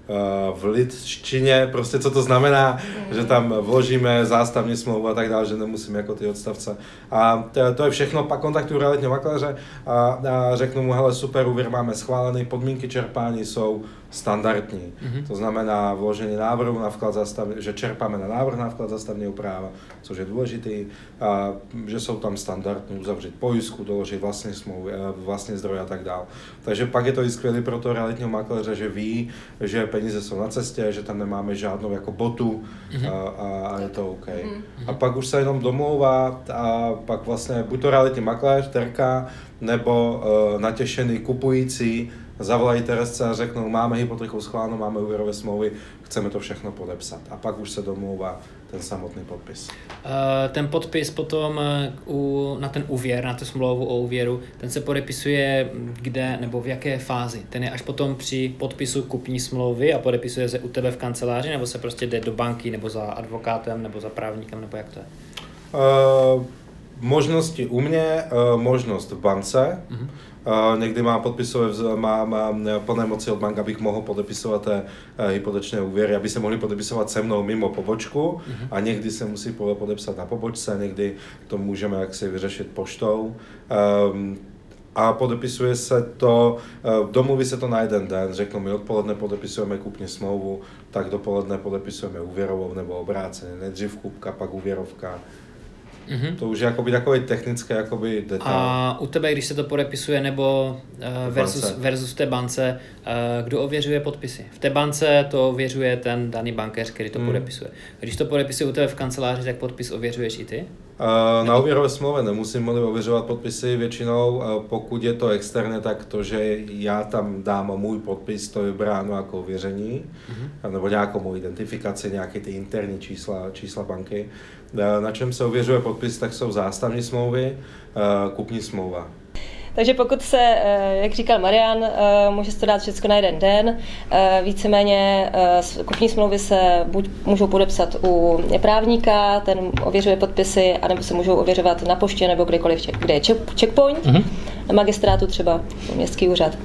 v lidštině, prostě co to znamená, mm. že tam vložíme zástavní smlouvu a tak dále, že nemusím jako ty odstavce. A to, to je všechno, pak kontaktuju realitního makléře a, a řeknu mu, hele super, úvěr máme schválený, podmínky čerpání jsou standardní. Mm-hmm. To znamená vložení návrhu na vklad zastavní, že čerpáme na návrh na vklad zastavního práva, což je důležitý, a že jsou tam standardní, uzavřít pojistku, doložit vlastní smlouvy, vlastní zdroje a tak dále. Takže pak je to i skvělý pro toho realitního makléře, že ví, že peníze jsou na cestě, že tam nemáme žádnou jako botu mm-hmm. a, a, a je to OK. Mm-hmm. A pak už se jenom domlouvá a pak vlastně buď to realitní makléř, Terka, nebo uh, natěšený kupující zavolají Teresce a řeknou, máme hypotéku schválenou, máme úvěrové smlouvy, chceme to všechno podepsat. A pak už se domlouvá ten samotný podpis. Uh, ten podpis potom uh, na ten úvěr, na tu smlouvu o úvěru, ten se podepisuje kde nebo v jaké fázi? Ten je až potom při podpisu kupní smlouvy a podepisuje se u tebe v kanceláři, nebo se prostě jde do banky, nebo za advokátem, nebo za právníkem, nebo jak to je? Uh, možnosti u mě, uh, možnost v bance. Uh-huh. Uh, někdy mám podpisové, mám, mám plné moci od bank, abych mohl podepisovat uh, hypotečné úvěry, aby se mohli podepisovat se mnou mimo pobočku uh-huh. a někdy se musí podepsat na pobočce, někdy to můžeme jaksi vyřešit poštou. Um, a podepisuje se to, domluví se to na jeden den, řeknou mi odpoledne podepisujeme kupní smlouvu, tak dopoledne podepisujeme úvěrovou nebo obráceně, nejdřív kupka, pak úvěrovka. Mm-hmm. To už je jakoby takový technické jakoby detail. A u tebe, když se to podepisuje nebo uh, versus, versus v té bance, uh, kdo ověřuje podpisy? V té bance to ověřuje ten daný bankéř, který to mm. podepisuje. Když to podepisuje u tebe v kanceláři, tak podpis ověřuješ i ty? Uh, na úvěrové smlouvě nemusím ověřovat podpisy většinou, uh, pokud je to externě, tak to, že já tam dám můj podpis, to je bráno jako ověření, mm-hmm. nebo nějakou mou identifikaci, nějaké ty interní čísla, čísla banky. Uh, na čem se ověřuje podpis, tak jsou zástavní smlouvy, uh, kupní smlouva. Takže pokud se, jak říkal Marian, může se to dát všechno na jeden den, víceméně kupní smlouvy se buď můžou podepsat u právníka, ten ověřuje podpisy, anebo se můžou ověřovat na poště nebo kdekoliv, kde je checkpoint, mm-hmm. na magistrátu třeba, městský úřad.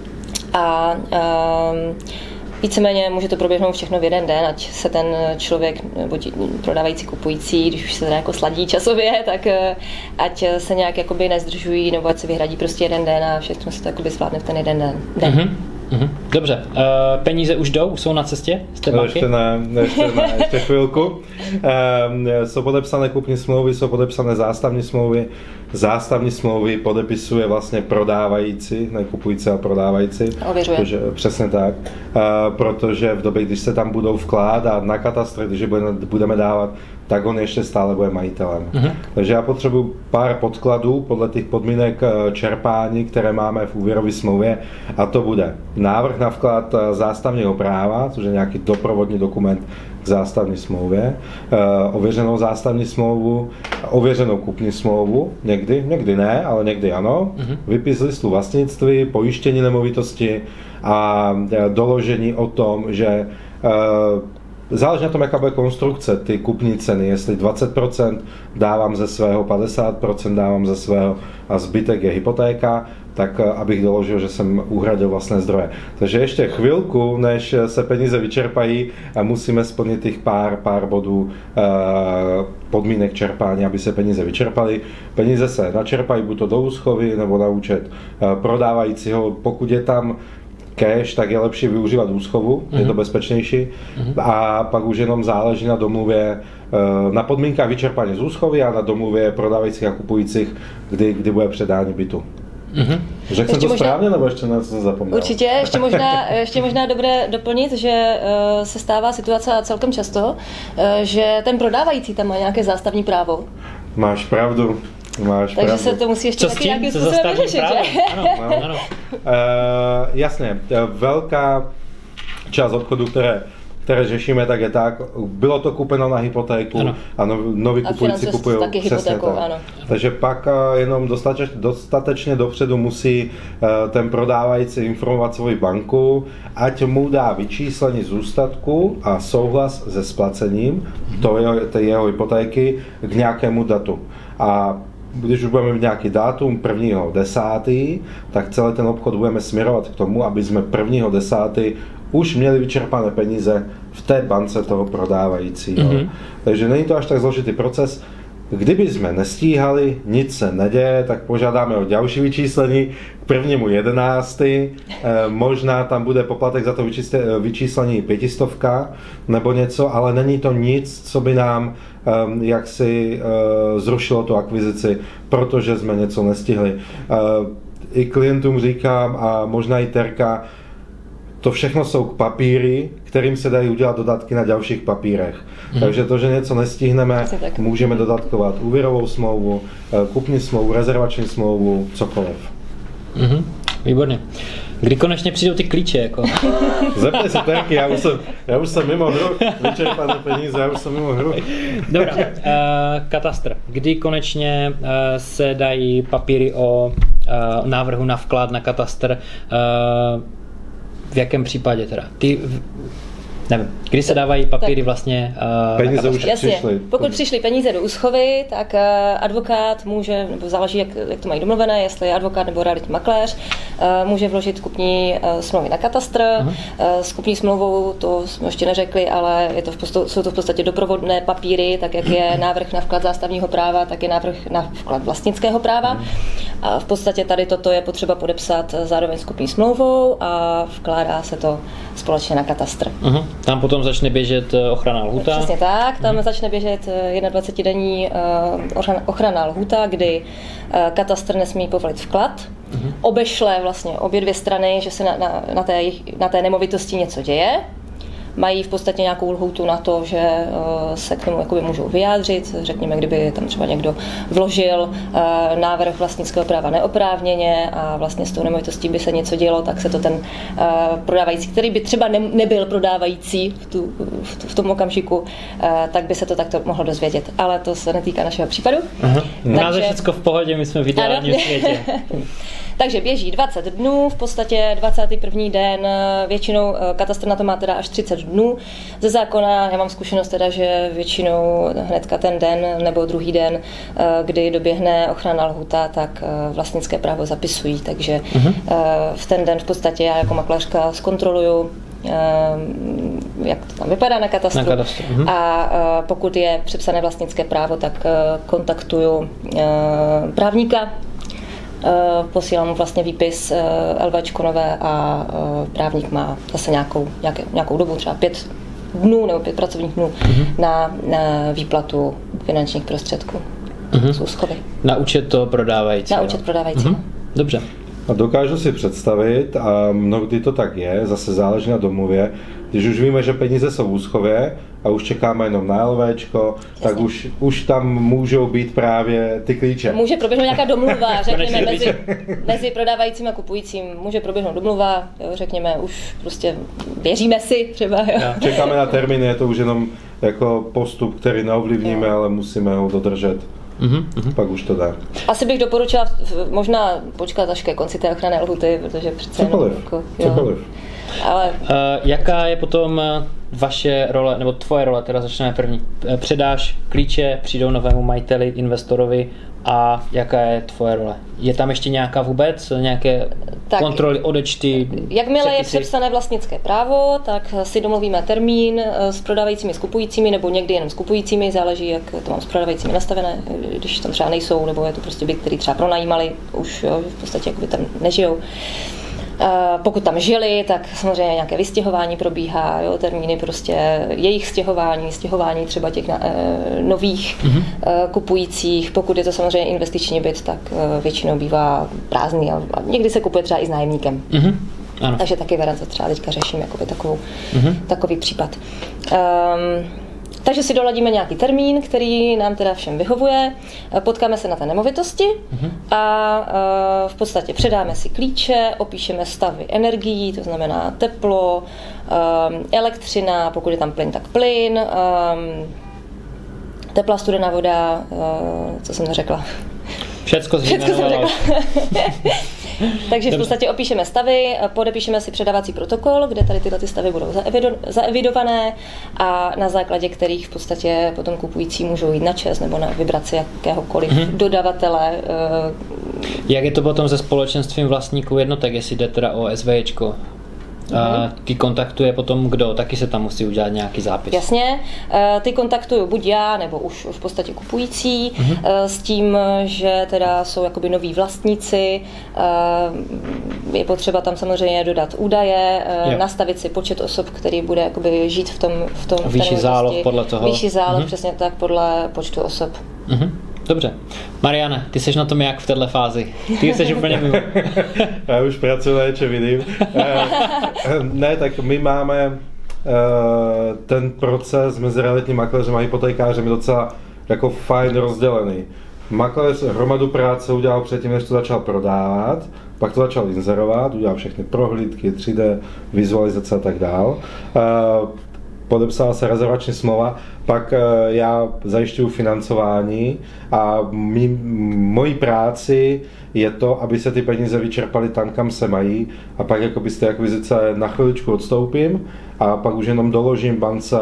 A um, víceméně může to proběhnout všechno v jeden den, ať se ten člověk, buď prodávající, kupující, když už se teda jako sladí časově, tak ať se nějak jakoby nezdržují, nebo ať se vyhradí prostě jeden den a všechno se to jakoby zvládne v ten jeden den. den. Mm-hmm. Mm-hmm. Dobře, uh, peníze už jdou, už jsou na cestě z té banky? Ještě ne, ještě ne, ještě chvilku. Uh, jsou podepsané kupní smlouvy, jsou podepsané zástavní smlouvy. Zástavní smlouvy podepisuje vlastně prodávající, ne kupující, ale prodávající. Ověřuje. Protože, přesně tak. Uh, protože v době, když se tam budou vkládat na katastr, když budeme dávat tak on ještě stále bude majitelem. Uh-huh. Takže já potřebuji pár podkladů podle těch podmínek čerpání, které máme v úvěrové smlouvě, a to bude návrh na vklad zástavního práva, což je nějaký doprovodný dokument k zástavní smlouvě, ověřenou zástavní smlouvu, ověřenou kupní smlouvu, někdy, někdy ne, ale někdy ano, uh-huh. Výpis listu vlastnictví, pojištění nemovitosti a doložení o tom, že záleží na tom, jaká bude konstrukce, ty kupní ceny, jestli dvacet procent dávám ze svého, padesát procent dávám ze svého a zbytek je hypotéka, tak abych doložil, že jsem uhradil vlastné zdroje. Takže ještě chvilku, než se peníze vyčerpají, musíme splnit těch pár, pár bodů podmínek čerpání, aby se peníze vyčerpaly. Peníze se načerpají buď to do úschovy nebo na účet prodávajícího, pokud je tam cash, tak je lepší využívat úschovu, mm-hmm. je to bezpečnější. Mm-hmm. A pak už jenom záleží na domluvě, na podmínkách vyčerpání z úschovy a na domluvě prodávajících a kupujících, kdy, kdy bude předání bytu. Mm-hmm. Řekl jsem to možná správně, nebo ještě na co jsem zapomněl? Určitě, ještě možná, ještě možná dobré doplnit, že uh, se stává situace celkem často, uh, že ten prodávající tam má nějaké zástavní právo. Máš pravdu. Máš Takže pravdu. se to musí ještě taky nějakým způsobem vyřešit, že? Ano, ano, ano. Uh, jasně, velká část obchodů, které, které řešíme, tak je tak, bylo to kupeno na hypotéku, ano. A no, noví kupující kupují přesně tak. Ano. Takže pak uh, jenom dostateč, dostatečně dopředu musí uh, ten prodávající informovat svoji banku, ať mu dá vyčíslení zůstatku a souhlas se splacením to jeho, té jeho hypotéky k nějakému datu. A když už budeme mít nějaký dátum prvního desátého, tak celý ten obchod budeme směrovat k tomu, aby jsme prvního desátého už měli vyčerpané peníze v té bance toho prodávajícího. Mm-hmm. Takže není to až tak zložitý proces. Kdyby jsme nestíhali, nic se neděje, tak požádáme o další vyčíslení k prvnímu jedenáctému. E, možná tam bude poplatek za to vyčíslení pětistovka nebo něco, ale není to nic, co by nám um, jaksi uh, zrušilo tu akvizici, protože jsme něco nestihli. Uh, I klientům říkám, a možná i Terka, to všechno jsou papíry, kterým se dají udělat dodatky na dalších papírech. Hmm. Takže to, že něco nestihneme, můžeme dodatkovat úvěrovou smlouvu, kupní smlouvu, rezervační smlouvu, cokoliv. Mm-hmm. Výborně. Kdy konečně přijdou ty klíče? Jako? Zeptej se Terky, já už jsem, já už jsem mimo hru, vyčerpané peníze, já už jsem mimo hru. Dobrá, uh, katastr. Kdy konečně uh, se dají papíry o uh, návrhu na vklad na katastr? Uh, v jakém případě teda? Ty, nevím, kdy se dávají papíry vlastně uh, peníze už přišly. Pokud přišly peníze do úschovy, tak uh, advokát může, nebo záleží, jak, jak to mají domluvené, jestli je advokát nebo realitní makléř, uh, může vložit kupní uh, smlouvy na katastr. Uh-huh. Uh, s kupní smlouvou, to jsme ještě neřekli, ale je to v podstatě, jsou to v podstatě doprovodné papíry, tak jak je návrh na vklad zástavního práva, tak je návrh na vklad vlastnického práva. Uh-huh. A v podstatě tady toto je potřeba podepsat zároveň s kupní smlouvou a vkládá se to společně na katastr. Uh-huh. Tam potom začne běžet ochranná lhůta? Přesně tak, tam uh-huh. začne běžet jednadvacetidenní ochranná lhůta, kdy katastr nesmí povolit vklad, uh-huh. obešle vlastně obě dvě strany, že se na, na, na, té, na té nemovitosti něco děje. Mají v podstatě nějakou lhůtu na to, že se k tomu jakoby můžou vyjádřit. Řekněme, kdyby tam třeba někdo vložil návrh vlastnického práva neoprávněně a vlastně s tou nemovitostí by se něco dělo, tak se to ten prodávající, který by třeba nebyl prodávající v, tu, v tom okamžiku, tak by se to takto mohlo dozvědět. Ale to se netýká našeho případu. Aha. U nás je všechno v pohodě, my jsme v ideálním světě. Takže běží dvacet dnů, v podstatě dvacátý první den, většinou katastr na to má teda až třicet dnů. Ze zákona já mám zkušenost teda, že většinou hnedka ten den nebo druhý den, kdy doběhne ochranná lhůta, tak vlastnické právo zapisují, takže uh-huh. v ten den v podstatě já jako makléřka zkontroluju, jak to tam vypadá na katastru. Na katastru. Uh-huh. A pokud je přepsané vlastnické právo, tak kontaktuju právníka, posílám mu vlastně výpis LVčko nové a právník má zase nějakou, nějaké, nějakou dobu, třeba pět dnů nebo pět pracovních dnů uh-huh. na, na výplatu finančních prostředků uh-huh. z úschovy. Na účet to prodávající. Na účet prodávající. Uh-huh. Dobře. A dokážu si představit, a mnohdy to tak je, zase záleží na domluvě, když už víme, že peníze jsou v úschově a už čekáme jenom na LVčko, tak už, už tam můžou být právě ty klíče. Může proběhnout nějaká domluva, řekněme, mezi, mezi prodávajícím a kupujícím. Může proběhnout domluva, jo, řekněme, už prostě věříme si třeba. Jo. Čekáme na termíny, je to už jenom jako postup, který neovlivníme, jo. ale musíme ho dodržet. Mm-hmm. Pak už to dá. Asi bych doporučila možná počkat až ke konci té ochranné lhuty, protože přece Cokoliv. jenom jako, Cokoliv. Ale... Uh, jaká je potom vaše role, nebo tvoje role, teda začneme první. Předáš klíče, přijdou novému majiteli, investorovi a jaká je tvoje role? Je tam ještě nějaká vůbec, nějaké tak, kontroly, odečty? Jakmile je přepsané vlastnické právo, tak si domluvíme termín s prodávajícími, s kupujícími, nebo někdy jenom s kupujícími, záleží, jak to mám s prodávajícími nastavené, když tam třeba nejsou, nebo je to prostě byt, který třeba pronajímali, už jo, v podstatě jakoby tam nežijou. Pokud tam žili, tak samozřejmě nějaké vystěhování probíhá, jo, termíny prostě jejich stěhování, stěhování třeba těch na, e, nových mm-hmm. e, kupujících. Pokud je to samozřejmě investiční byt, tak e, většinou bývá prázdný a, a někdy se kupuje třeba i s nájemníkem. Mm-hmm. Ano. Takže taky variant, třeba teďka řeším jakoby takovou, mm-hmm. takový případ. Um, Takže si doladíme nějaký termín, který nám teda všem vyhovuje, potkáme se na té nemovitosti mm-hmm. a v podstatě předáme si klíče, opíšeme stavy energií, to znamená teplo, elektřina, pokud je tam plyn, tak plyn, teplá studená voda, co jsem neřekla. Všecko jsem řekla. Takže v podstatě opíšeme stavy, podepíšeme si předávací protokol, kde tady tyhle ty stavy budou zaevidované a na základě kterých v podstatě potom kupující můžou jít na ČEZ nebo na vybrat si jakéhokoliv mm-hmm. dodavatele. Jak je to potom se společenstvím vlastníků jednotek, jestli jde teda o SVčko? A ty kontaktuje potom kdo? Taky se tam musí udělat nějaký zápis. Jasně, ty kontaktuju buď já, nebo už v podstatě kupující, mm-hmm. s tím, že teda jsou jakoby noví vlastníci, je potřeba tam samozřejmě dodat údaje, jo. nastavit si počet osob, který bude jakoby žít v tom v tom výši záloh podle toho. Výši záloh, mm-hmm. přesně tak, podle počtu osob. Mm-hmm. Dobře. Mariane, ty seš na tom jak v této fázi? Ty jsi úplně mimo. Já už pracuji na něčem jiným. Ne, tak my máme ten proces mezi realitním makléřem a hypotékářem je docela jako fajn rozdělený. Makléř hromadu práce udělal předtím, než to začal prodávat, pak to začal inzerovat, udělal všechny prohlídky, tři dé, vizualizace a tak dál. Podepsala se rezervační smlouva, pak já zajišťuju financování a mý, mojí práci je to, aby se ty peníze vyčerpaly tam, kam se mají a pak jakoby z té akvizice na chviličku odstoupím a pak už jenom doložím bance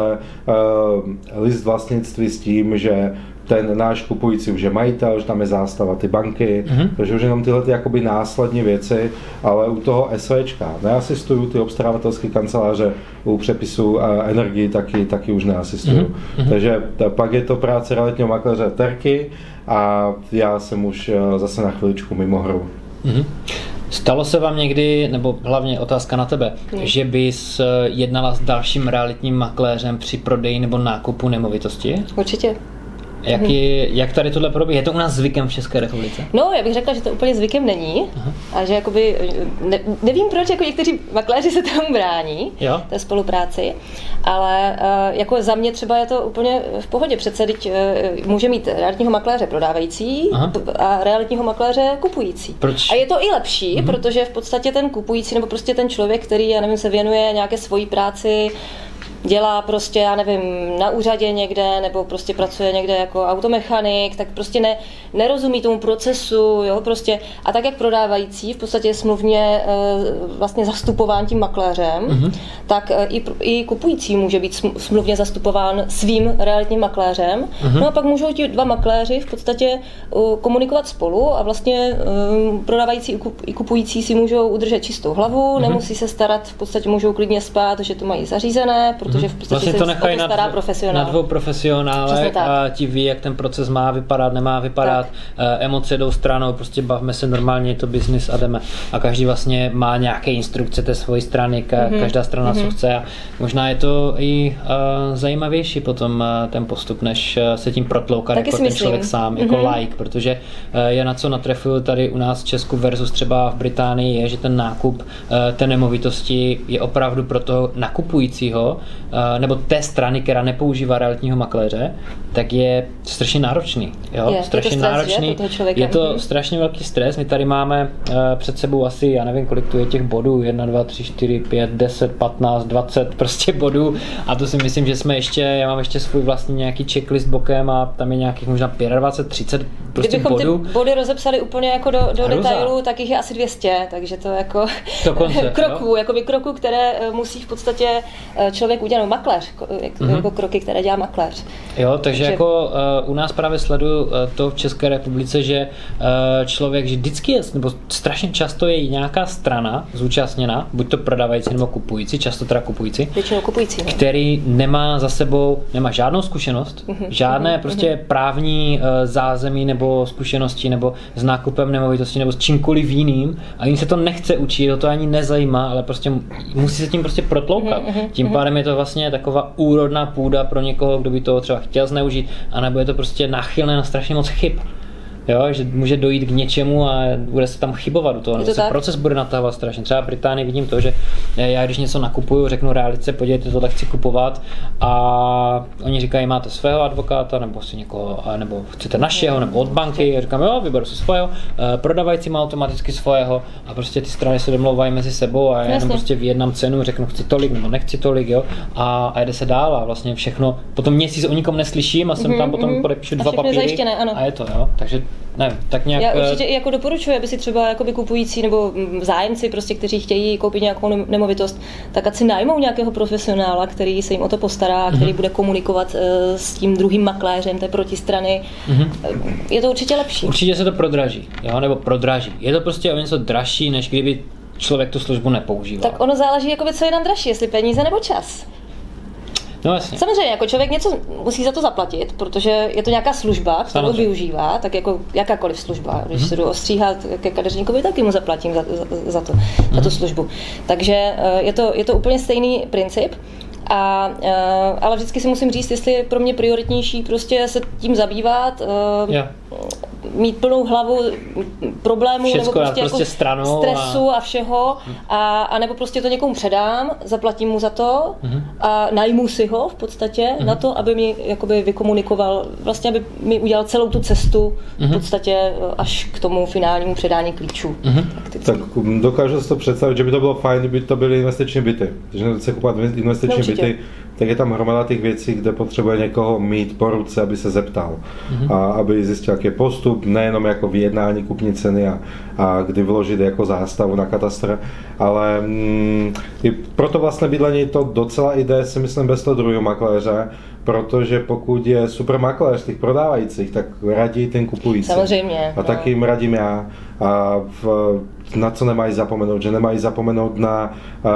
uh, list vlastnictví s tím, že ten náš kupující už je majitel, že tam je zástava, ty banky, mm-hmm. takže už jenom tyhle ty jakoby následní věci, ale u toho SVčka neasistuju, ty obstarávatelské kanceláře u přepisu energii taky, taky už neasistuju. Mm-hmm. Takže ta, pak je to práce realitního makléře terky a já jsem už zase na chviličku mimo hru. Mm-hmm. Stalo se vám někdy, nebo hlavně otázka na tebe, mm. že bys jednala s dalším realitním makléřem při prodeji nebo nákupu nemovitosti? Určitě. Jak, je, jak tady tohle probíhá? Je to u nás zvykem v České republice? No, já bych řekla, že to úplně zvykem není. Aha. A že jakoby, ne, nevím proč, jako někteří makléři se tomu brání, jo? té spolupráci, ale uh, jako za mě třeba je to úplně v pohodě. Přece teď uh, může mít realitního makléře prodávající Aha. a realitního makléře kupující. Proč? A je to i lepší, mhm. protože v podstatě ten kupující nebo prostě ten člověk, který, já nevím, se věnuje nějaké svojí práci, dělá prostě, já nevím, na úřadě někde, nebo prostě pracuje někde jako automechanik, tak prostě ne, nerozumí tomu procesu, jo, prostě. A tak jak prodávající v podstatě je smluvně e, vlastně zastupován tím makléřem, mm-hmm. tak e, i, i kupující může být smluvně zastupován svým realitním makléřem. Mm-hmm. No a pak můžou ti dva makléři v podstatě uh, komunikovat spolu a vlastně uh, prodávající i, kup, i kupující si můžou udržet čistou hlavu, mm-hmm. nemusí se starat, v podstatě můžou klidně spát, že to mají zařízené, protože protože v podstatě vlastně se to nechají stará na, profesionál. na dvou profesionálech a ti ví, jak ten proces má vypadat, nemá vypadat, tak. Emoce jdou stranou, prostě bavme se normálně, je to business a jdeme. A každý vlastně má nějaké instrukce té svojí strany, ka- každá strana mm-hmm. co chce a možná je to i uh, zajímavější potom uh, ten postup, než uh, se tím protloukat jako ten myslím. člověk sám, jako mm-hmm. like, protože uh, je na co natrefuju tady u nás v Česku versus třeba v Británii je, že ten nákup uh, té nemovitosti je opravdu pro toho nakupujícího uh, nebo té strany, která nepoužívá realitního makléře, tak je strašně náročný. Jo? Je, strašně je to stres, náročný. Je, je to strašně velký stres. My tady máme uh, před sebou asi, já nevím, kolik tu je těch bodů, jedna, dva, tři, čtyři, pět, deset, patnáct, dvacet prostě bodů a to si myslím, že jsme ještě, já mám ještě svůj vlastní nějaký checklist bokem a tam je nějakých možná dvacet pět, třicet prostě Kdybychom bodů. Ty body rozepsali úplně jako do, do detailu, tak jich je asi dvě stě, takže to jako konce, kroků, jakoby kroků, které musí v podstatě člověk udělat, makléř, jako mm-hmm. kroky, které dělá makléř. Jo, takže, takže jako uh, u nás právě sleduju uh, to v České republice, že uh, člověk vždycky je, nebo strašně často je nějaká strana zúčastněna, buď to prodavající nebo kupující, často teda kupující, většinou kupující, ne? který nemá za sebou, nemá žádnou zkušenost, mm-hmm. žádné mm-hmm. prostě právní uh, zázemí nebo zkušenosti nebo s nákupem nemovitosti nebo s čímkoliv jiným a jim se to nechce učit, to ani nezajímá, ale prostě musí se tím prostě protloukat. Mm-hmm. Tím pádem je to vlastně taková úrodná půda pro někoho, kdo by toho třeba chtěl zneužít, anebo je to prostě náchylné na strašně moc chyb. Jo, že může dojít k něčemu a bude se tam chybovat u toho, to se proces bude natahovat strašně. Třeba v Británii vidím to, že já když něco nakupuju, řeknu realitce, podívejte, to tak chci kupovat a oni říkají, máte svého advokáta, nebo si někoho, nebo chcete našeho, nebo od banky, a říkám, jo, vyberu si svého, prodavající má automaticky svého a prostě ty strany se domlouvají mezi sebou a já jenom prostě vyjednám cenu, řeknu, chci tolik nebo nechci tolik, jo, a, a jede se dál a vlastně všechno, potom měsíc o nikom neslyším a jsem mm-hmm, tam potom podepíšu dva papíry a je to, jo, takže nevím, tak nějak... Já určitě i jako doporučuji, aby si třeba jakoby kupující nebo zájemci, prostě, kteří chtějí koupit nějakou nemovitost, tak ať si najmou nějakého profesionála, který se jim o to postará, který mm-hmm. bude komunikovat uh, s tím druhým makléřem té protistrany. Mm-hmm. Je to určitě lepší. Určitě se to prodraží, jo, nebo prodraží. Je to prostě o něco dražší, než kdyby člověk tu službu nepoužíval. Tak ono záleží, jakoby, co je nám dražší, jestli peníze nebo čas. No jasně. Samozřejmě, jako člověk něco musí za to zaplatit, protože je to nějaká služba, kterou Samozřejmě. využívá, tak jako jakákoliv služba. Když mm-hmm. se jdu ostříhat ke kadeřníkovi, taky mu zaplatím za, za, za, to, mm-hmm. za tu službu. Takže je to, je to úplně stejný princip. A, ale vždycky si musím říct, jestli je pro mě prioritnější prostě se tím zabývat, yeah. mít plnou hlavu problémů nebo prostě, prostě jako stranou stresu a, a všeho, a, a nebo prostě to někomu předám, zaplatím mu za to mm-hmm. a najmu si ho v podstatě mm-hmm. na to, aby mi jakoby vykomunikoval, vlastně aby mi udělal celou tu cestu mm-hmm. v podstatě až k tomu finálnímu předání klíčů. Mm-hmm. Tak, tak dokážu si to představit, že by to bylo fajn, kdyby to byly investiční byty. Když nechce kupovat investiční no, byty, tak je tam hromada těch věcí, kde potřebuje někoho mít po ruce, aby se zeptal. Mm-hmm. A aby zjistil, jaký je postup, nejenom jako vyjednání kupní ceny a, a kdy vložit jako zástavu na katastr, ale mm, i proto vlastně bydlení to docela jde, si myslím, bez toho druhého makléře, protože pokud je super makléř těch prodávajících, tak radí ten kupující. Samozřejmě. A tak jim radím já. A v, na co nemají zapomenout, že nemají zapomenout na,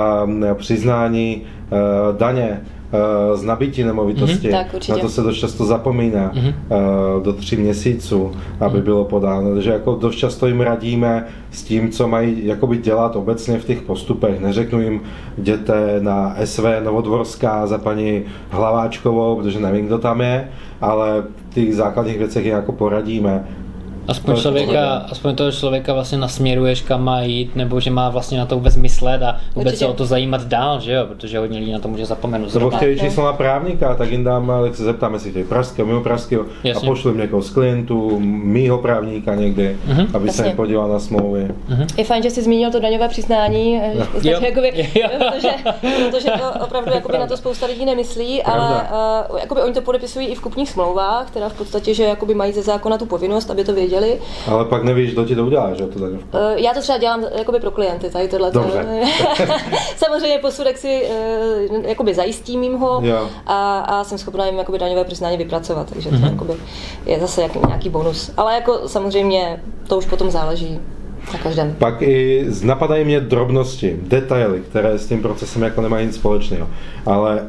na přiznání uh, daně uh, z nabití nemovitosti. Mm-hmm. Na to se dost často zapomíná mm-hmm. uh, do tří měsíců, aby mm-hmm. bylo podáno. Takže jako dost často jim radíme s tím, co mají jakoby dělat obecně v těch postupech. Neřeknu jim, jděte na S V Novodvorská za paní Hlaváčkovou, protože nevím, kdo tam je, ale v těch základních věcech je jako poradíme. Aspoň, člověka, aspoň toho člověka vlastně nasměruješ, kam má jít, nebo že má vlastně na to vůbec myslet a vůbec Určitě. se o to zajímat dál, že jo, protože hodně lidí na to může zapomenout. Nebo chtějí číslo na právníka, tak jim dám, tak se zeptáme, jestli chtějí pražského, mimo pražského a pošlu někoho z klientů, mýho právníka někdy, uh-huh. aby Jasně. se jim podíval na smlouvy. Uh-huh. Je fajn, že jsi zmínil to daňové přiznání, no. jakoby, protože, protože to opravdu jakoby na to spousta lidí nemyslí, Pravda. ale uh, jakoby oni to podepisují i v kupních smlouvách, která v podstatě, že jakoby mají ze zákona tu povinnost, aby to věděli. Ale pak nevíš, kdo ti to udělá, že to daňovku? Uh, já to třeba dělám jakoby pro klienty, tady tohle. Dobře. Samozřejmě posudek si uh, jakoby zajistím jim ho a, a jsem schopná jim jakoby daňové přiznání vypracovat, takže to mm-hmm. jakoby je zase jak, nějaký bonus. Ale jako samozřejmě to už potom záleží. Na každém. Pak i napadají mě drobnosti, detaily, které s tím procesem jako nemají nic společného. Ale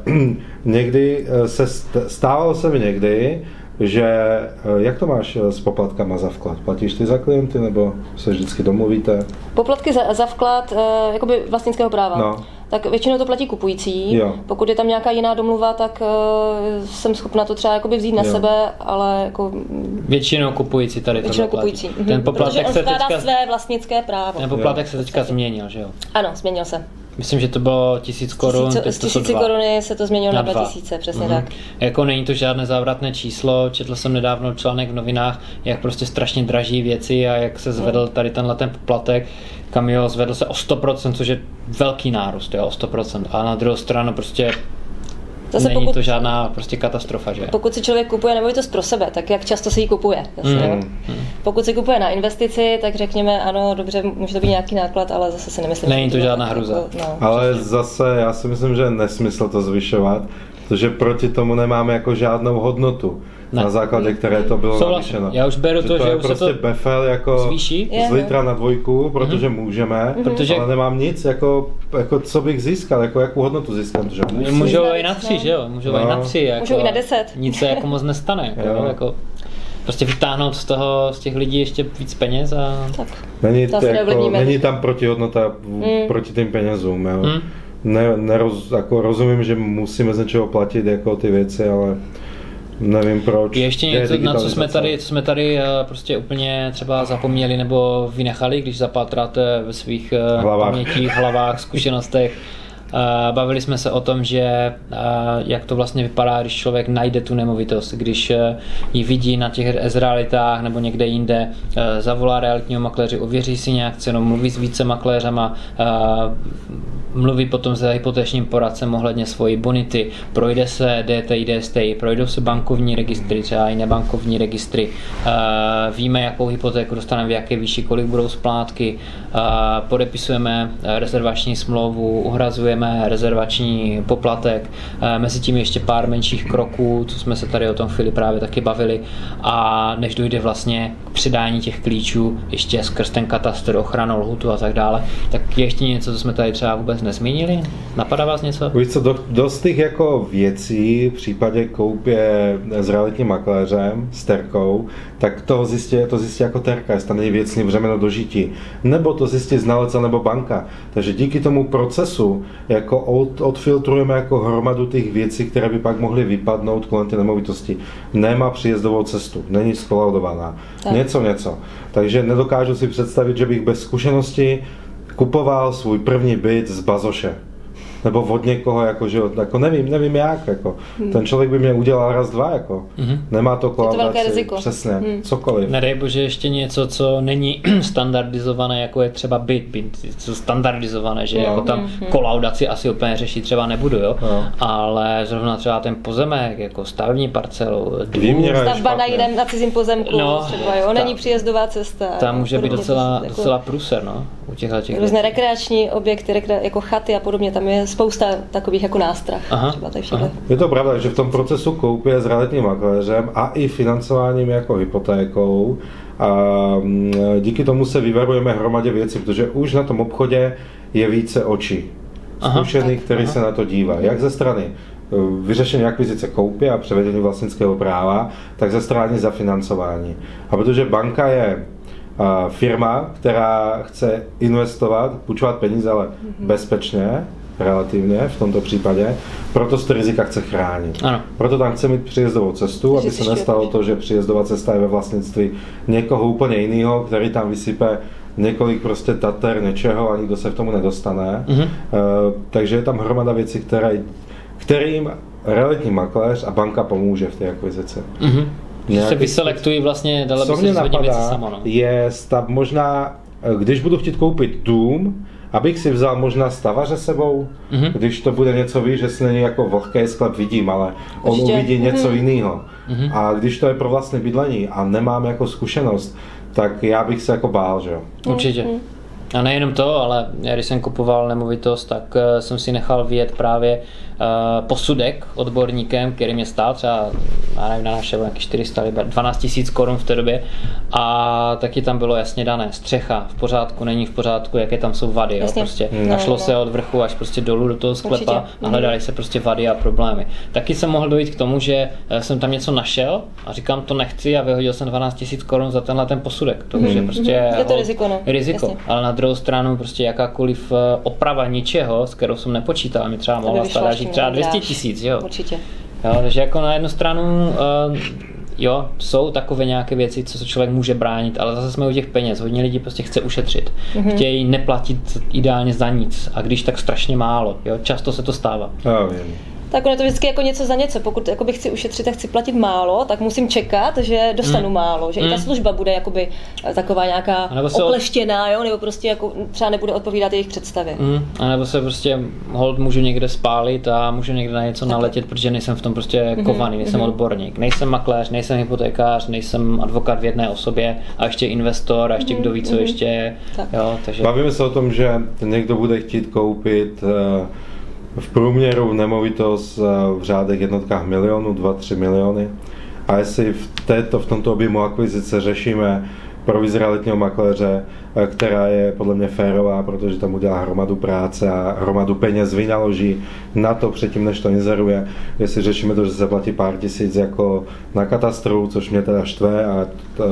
někdy se stávalo se mi někdy, že jak to máš s poplatkama za vklad? Platíš ty za klienty nebo se vždycky domluvíte? Poplatky za, za vklad uh, jakoby vlastnického práva. No. Tak většinou to platí kupující. Jo. Pokud je tam nějaká jiná domluva, tak uh, jsem schopna to třeba jakoby vzít na Jo. sebe, ale jako... Většinou kupující tady Většinou tohle platí. kupující. Ten poplatek Protože se on vkládá teďka, své vlastnické právo. ten poplatek se teďka změnil, že jo? Ano, změnil se. Myslím, že to bylo tisíc korun, Z tisíci koruny se to změnilo na, na dva tisíce, přesně mhm. tak. Jako není to žádné závratné číslo, četl jsem nedávno článek v novinách, jak prostě strašně draží věci a jak se zvedl tady tenhle ten poplatek, kam jo, zvedl se o sto procent, což je velký nárůst, jo, o sto procent. A na druhou stranu prostě Zase není pokud, to žádná prostě katastrofa, že? Pokud si člověk kupuje nemovitost pro sebe, tak jak často si ji kupuje? Zase, mm. jo? Mm. Pokud si kupuje na investici, tak řekněme, ano, dobře, může to být nějaký náklad, ale zase si nemyslím, není že to žádná hruza. Jako, no, ale přesně. Zase já si myslím, že je nesmysl to zvyšovat, protože proti tomu nemáme jako žádnou hodnotu. Ne. Na základě které to bylo navýšeno. Já už beru že to, to že je už prostě se to befel jako zvýší? z litra na dvojku, protože mm-hmm. můžeme, protože... ale nemám nic, jako, jako co bych získal, jako jakou hodnotu získám. Že musím. Můžou i na tři, že jo? Můžou no. i na tři. Jako, můžou i na deset. Nic se jako moc nestane. Jako, jako, prostě vytáhnout z toho, z těch lidí ještě víc peněz a... Tak. Není, jako, není tam protihodnota mm. proti těm penězům. Jo. Mm. Ne, neroz, jako rozumím, že musíme z něčeho platit jako ty věci, ale nevím proč. Je ještě něco, na co jsme tady, co jsme tady prostě úplně třeba zapomněli nebo vynechali, když zapátráte ve svých hlavách. pamětích, hlavách, zkušenostech. Bavili jsme se o tom, že jak to vlastně vypadá, když člověk najde tu nemovitost, když ji vidí na těch realitách nebo někde jinde, zavolá realitního makléře, ověří si nějak cenu, mluví s více makléřama, mluví potom s hypotečním poradcem ohledně svojí bonity, projde se D T I, D S T I, projdou se bankovní registry, třeba i nebankovní registry, víme, jakou hypotéku dostaneme, v jaké výši, kolik budou splátky, podepisujeme rezervační smlouvu, uhrazujeme rezervační poplatek, mezi tím ještě pár menších kroků, co jsme se tady o tom chvíli právě taky bavili, a než dojde vlastně k přidání těch klíčů ještě skrz ten katastr, ochranu, lhutu a tak dále, tak je ještě něco, co jsme tady třeba vůbec nezmínili? Napadá vás něco? Víš co, do, dost těch jako věcí v případě koupě s realitním makléřem, s terkou, tak to zjistí, to zjistí jako terka, jestli tam není věcný břemeno dožití. Nebo to zjistí znalec nebo banka. Takže díky tomu procesu jako od, odfiltrujeme jako hromadu těch věcí, které by pak mohly vypadnout kolem té nemovitosti. Nemá příjezdovou cestu, není skolaudovaná. Něco, něco. Takže nedokážu si představit, že bych bez zkušenosti kupoval svůj první byt z bazoše. Nebo od někoho, jako, že, jako nevím, nevím jak, jako. Hmm. Ten člověk by mě udělal raz, dva, jako. Hmm. Nemá to kolaudaci, přesně, hmm. cokoliv. Nedej bože ještě něco, co není standardizované, jako je třeba byt, byt co standardizované, že no. jako tam hmm. kolaudaci asi úplně řešit třeba nebudu, jo, no. ale zrovna třeba ten pozemek, jako stavební parcelu, stavba na jiném, na cizím pozemku, no, třeba, jo, není příjezdová cesta. Tam může být docela, jako, docela průser, no, u těchto těch různé rekreační objekty, rekre, jako chaty a podobně, tam je spousta takových jako nástrah. Aha, třeba tady je to pravda, že v tom procesu koupě s realitním makléřem a i financováním jako hypotékou a díky tomu se vyvarujeme hromadě věcí, protože už na tom obchodě je více očí zkušených, který aha. se na to dívá. Jak ze strany vyřešení akvizice koupě a převedení vlastnického práva, tak ze strany zafinancování. A protože banka je firma, která chce investovat, půjčovat peníze, ale mm-hmm. bezpečně, relativně v tomto případě, proto z toho rizika chce chránit. Ano. Proto tam chce mít příjezdovou cestu, aby se nestalo to, že příjezdová cesta je ve vlastnictví někoho úplně jiného, který tam vysype několik prostě tater něčeho a nikdo se v tomu nedostane. Mm-hmm. Uh, takže je tam hromada věcí, které, kterým realitní makléř a banka pomůže v té akvizici. Mm-hmm. Že se vyselektují vlastně, dala by se zhodně věci sama, no. Je stav možná, když budu chtít koupit dům, abych si vzal možná stavaře sebou, mm-hmm. když to bude něco, víš, že si není jako vlhký sklep vidím, ale on Ještě. uvidí něco mm-hmm. jiného. Mm-hmm. A když to je pro vlastní bydlení a nemám jako zkušenost, tak já bych se jako bál, že jo. Určitě. Mm-hmm. A nejenom to, ale když jsem kupoval nemovitost, tak uh, jsem si nechal vyjet právě uh, posudek odborníkem, který mě stál třeba, já nevím, na naše nějaký čtyři sta liber, dvanáct tisíc korun v té době. a taky tam bylo jasně dané, střecha v pořádku, není v pořádku, jaké tam jsou vady, jo, prostě. A šlo se od vrchu až prostě dolů do toho sklepa určitě. A hledali se prostě vady a problémy. Taky jsem mohl dojít k tomu, že jsem tam něco našel a říkám, to nechci a vyhodil jsem dvanáct tisíc korun za tenhle ten posudek. To už je prostě je to riziko, no. riziko. Jasně. Ale na druhou stranu prostě jakákoliv oprava ničeho, s kterou jsem nepočítal, mi třeba mohla stát až třeba dvě stě tisíc, jo. Určitě. Jo, takže jako na jednu stranu uh, jo, jsou takové nějaké věci, co se člověk může bránit, ale zase jsme u těch peněz. Hodně lidí prostě chce ušetřit. Mm-hmm. Chtějí neplatit ideálně za nic a když tak strašně málo. Jo, často se to stává. Oh, tak on je to vždycky jako něco za něco. Pokud jakoby chci ušetřit a chci platit málo, tak musím čekat, že dostanu mm. málo, že mm. i ta služba bude jakoby taková nějaká okleštěná, jo, nebo prostě jako třeba nebude odpovídat jejich představě. Mm. A nebo se prostě hold můžu někde spálit a můžu někde na něco tak. naletět, protože nejsem v tom prostě kovaný, nejsem mm. odborník, nejsem makléř, nejsem hypotékář, nejsem advokát v jedné osobě a ještě investor a ještě mm. kdo ví, co mm. ještě. Jo, takže... Bavíme se o tom, že někdo bude chtít koupit uh, v průměru nemovitost v řádech jednotkách milionů, dva tři miliony. A jestli v, této, v tomto objemu akvizice řešíme provizi realitního makléře, která je podle mě férová, protože tam udělá hromadu práce a hromadu peněz vynaloží na to předtím, než to inzeruje. Jestli řešíme to, že se platí pár tisíc jako na katastru, což mě teda štve, a,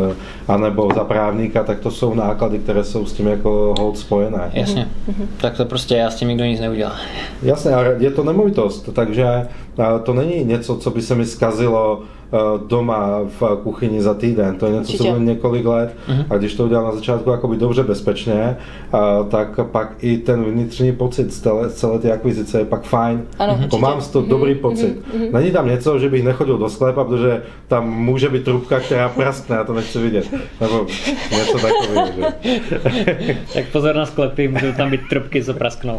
a nebo za právníka, tak to jsou náklady, které jsou s tím jako hold spojené. Jasně, mm-hmm. tak to prostě já s tím nikdo nic neudělá. Jasně, ale je to nemovitost, takže to není něco, co by se mi zkazilo doma v kuchyni za týden. To je něco, co bude několik let uh-huh. a když to udělám na začátku jakoby dobře bezpečně, tak pak i ten vnitřní pocit z celé, celé té akvizice je pak fajn. Ano, uh-huh. Mám z toho uh-huh. dobrý pocit. Uh-huh. Není tam něco, že bych nechodil do sklepa, protože tam může být trubka, která praskne, já to nechci vidět. Nebo něco takového. Tak pozor na sklepy, můžou tam být trubky, co prasknou.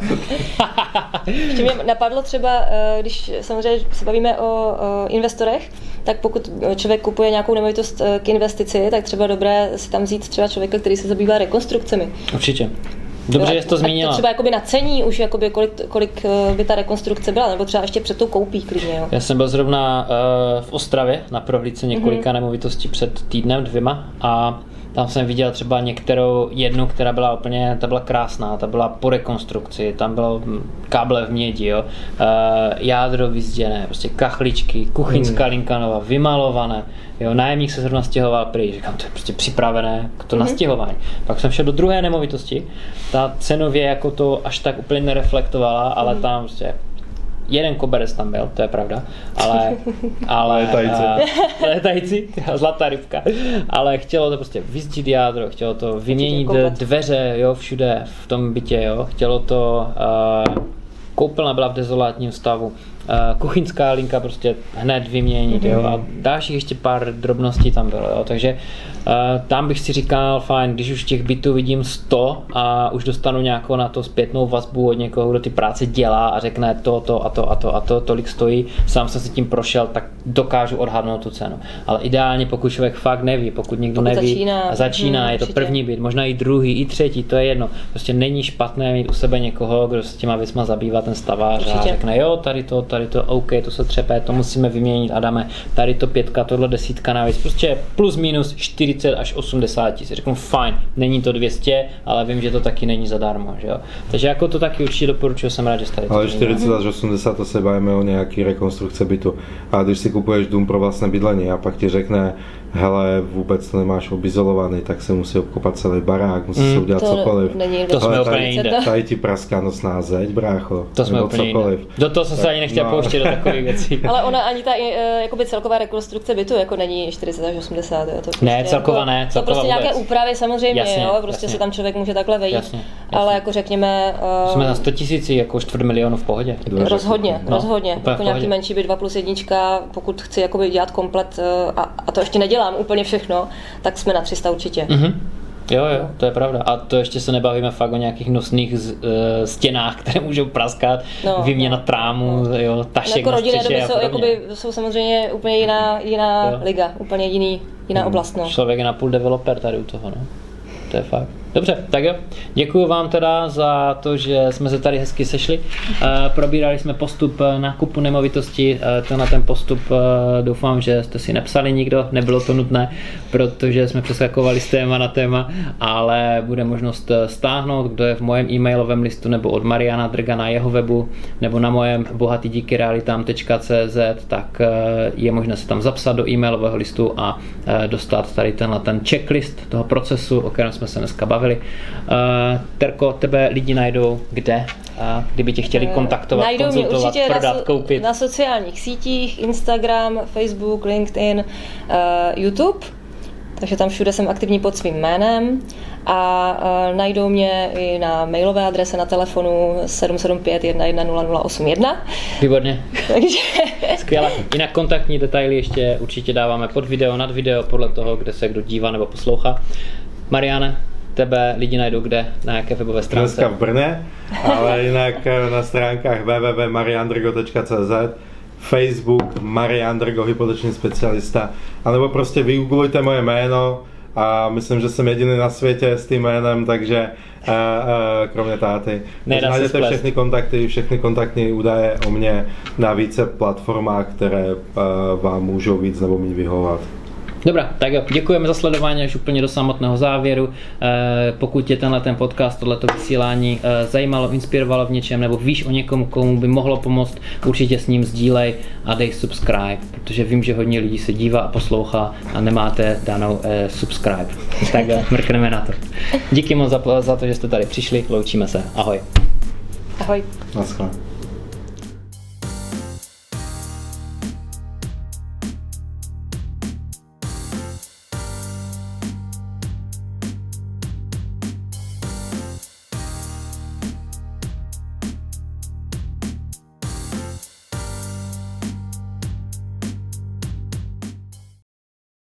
Ještě mě napadlo třeba, když samozřejmě se bavíme o investorech, tak pokud člověk kupuje nějakou nemovitost k investici, tak třeba dobré si tam vzít třeba člověka, který se zabývá rekonstrukcemi. Určitě. Dobře, že jsi to zmínila. To třeba jakoby na cení už jakoby kolik, kolik by ta rekonstrukce byla, nebo třeba ještě před tou koupí klidně. Jo. Já jsem byl zrovna uh, v Ostravě na prohlídce několika mm-hmm. nemovitostí před týdnem, dvěma a tam jsem viděl třeba některou jednu, která byla úplně, ta byla krásná, ta byla po rekonstrukci, tam bylo káble v mědi, jo, uh, jádro vyzděné, prostě kachličky, kuchyňská mm. linka nová, vymalované, jo, nájemník se zrovna stěhoval pryč, říkám, to je prostě připravené k to mm. nastěhování. Pak jsem šel do druhé nemovitosti, ta cenově jako to až tak úplně nereflektovala, ale mm. tam prostě jeden koberec tam byl, to je pravda, ale... ale letající. Uh, letající, zlatá rybka. Ale chtělo to prostě vyzdít jádro, chtělo to vyměnit dveře, jo, všude v tom bytě, jo, chtělo to... Uh, koupelna byla v dezolátním stavu, uh, kuchyňská linka prostě hned vyměnit, mm-hmm. jo, a dalších ještě pár drobností tam bylo, jo, takže uh, tam bych si říkal, fajn, když už těch bytů vidím sto a už dostanu nějakou na to zpětnou vazbu od někoho, kdo ty práce dělá a řekne to, to a to a to a to, tolik stojí, sám jsem si tím prošel, tak dokážu odhadnout tu cenu. Ale ideálně, pokud člověk fakt neví, pokud někdo pokud neví začíná, a začíná, hmm, je to určitě. První byt, možná i druhý, i třetí, to je jedno. Prostě není špatné mít u sebe někoho, kdo se těma věcma zabývá, ten stavář a řekne, jo, tady to, tady to, OK, to se třepé, to musíme vyměnit a dáme tady to pětka, tohle desítka navíc, prostě plus minus čtyřicet až osmdesát tisíc. Řeknu, fajn, není to dvě stě, ale vím, že to taky není zadarmo, že jo. Takže jako to taky určitě doporučuji, jsem rád, že tady. Ale čtyřicet až osmdesát to se bavíme o nějaký rekonstrukce bytu. A když si kupuješ dům pro vlastné bydlení a pak ti řekne, hele, vůbec to nemáš obizolovaný, tak se musí obkopat celý barák, musí mm. se udělat to cokoliv. To jsme úplně jinde. Tady ti praská nosná zeď, brácho. To jsme úplně jinde. Do toho jsem se ani nechtěl no. pouštět do takových věcí. Ale ona ani ta jakoby celková rekonstrukce bytu jako není čtyřicet až osmdesát. Jo, to prostě ne, celková jako, ne. Celková to prostě vůbec. nějaké úpravy samozřejmě, jasně, jo, prostě jasně. se tam člověk může takhle vejít. Jasně, jasně. Ale jako řekněme... Uh, jsme na sto tisíci, jako čtvrt milionu v pohodě. Rozhodně, no, rozhodně. Jako nějaký menší byt dva plus jednička, pokud chci jakoby dělat komplet uh, a, a to ještě nedělám úplně všechno, tak jsme na tři sta určitě. Mm-hmm. Jo, jo, to je pravda. A to ještě se nebavíme fakt o nějakých nosných z, uh, stěnách, které můžou praskat, no, výměna no, trámu, no. jo, tašek jako na rodinné střeše doby jsou, jakoby, jsou samozřejmě úplně jiná, jiná liga, úplně jiný, jiná hmm. oblast. No. Člověk je napůl developer tady u toho, no. To je fakt. Dobře, tak jo. Děkuji vám teda za to, že jsme se tady hezky sešli. Probírali jsme postup nákupu nemovitosti. Tenhle ten postup doufám, že jste si nepsali nikdo, nebylo to nutné, protože jsme přeskakovali z téma na téma, ale bude možnost stáhnout, kdo je v mojem e-mailovém listu nebo od Mariana Drga na jeho webu nebo na mojem bohatý díky realitám tečka cé zet, tak je možné se tam zapsat do e-mailového listu a dostat tady tenhle ten checklist toho procesu, o kterém jsme se dneska bavili. Uh, Terko, tebe lidi najdou kde? Uh, kdyby tě chtěli kontaktovat, najdou konzultovat, mě prodat, na, koupit? Na sociálních sítích, Instagram, Facebook, LinkedIn, uh, YouTube. Takže tam všude jsem aktivní pod svým jménem a uh, najdou mě i na mailové adrese na telefonu sedm sedm pět jedna jedna nula nula osm jedna. Výborně. Takže... Skvěle. Jinak kontaktní detaily ještě určitě dáváme pod video, nad video, podle toho, kde se kdo dívá nebo poslouchá. Mariane, tebe lidi najdou kde, na jaké webové stránce? Dneska v Brně, ale jinak na stránkách w w w tečka marian drgo tečka cé zet, Facebook Marian Drgo, hypoteční specialista, anebo prostě vygooglujte moje jméno a myslím, že jsem jediný na světě s tím jménem, takže a, a, kromě táty. Najdete všechny kontakty, všechny kontaktní údaje o mě na více platformách, které a, vám můžou víc nebo méně vyhovovat. Dobrá, tak jo, děkujeme za sledování až úplně do samotného závěru. E, pokud tě tenhle ten podcast, tohleto vysílání e, zajímalo, inspirovalo v něčem, nebo víš o někom, komu by mohlo pomoct, určitě s ním sdílej a dej subscribe, protože vím, že hodně lidí se dívá a poslouchá a nemáte danou e, subscribe. Tak mrkneme na to. Díky moc za, za to, že jste tady přišli, loučíme se. Ahoj. Ahoj. Naschle.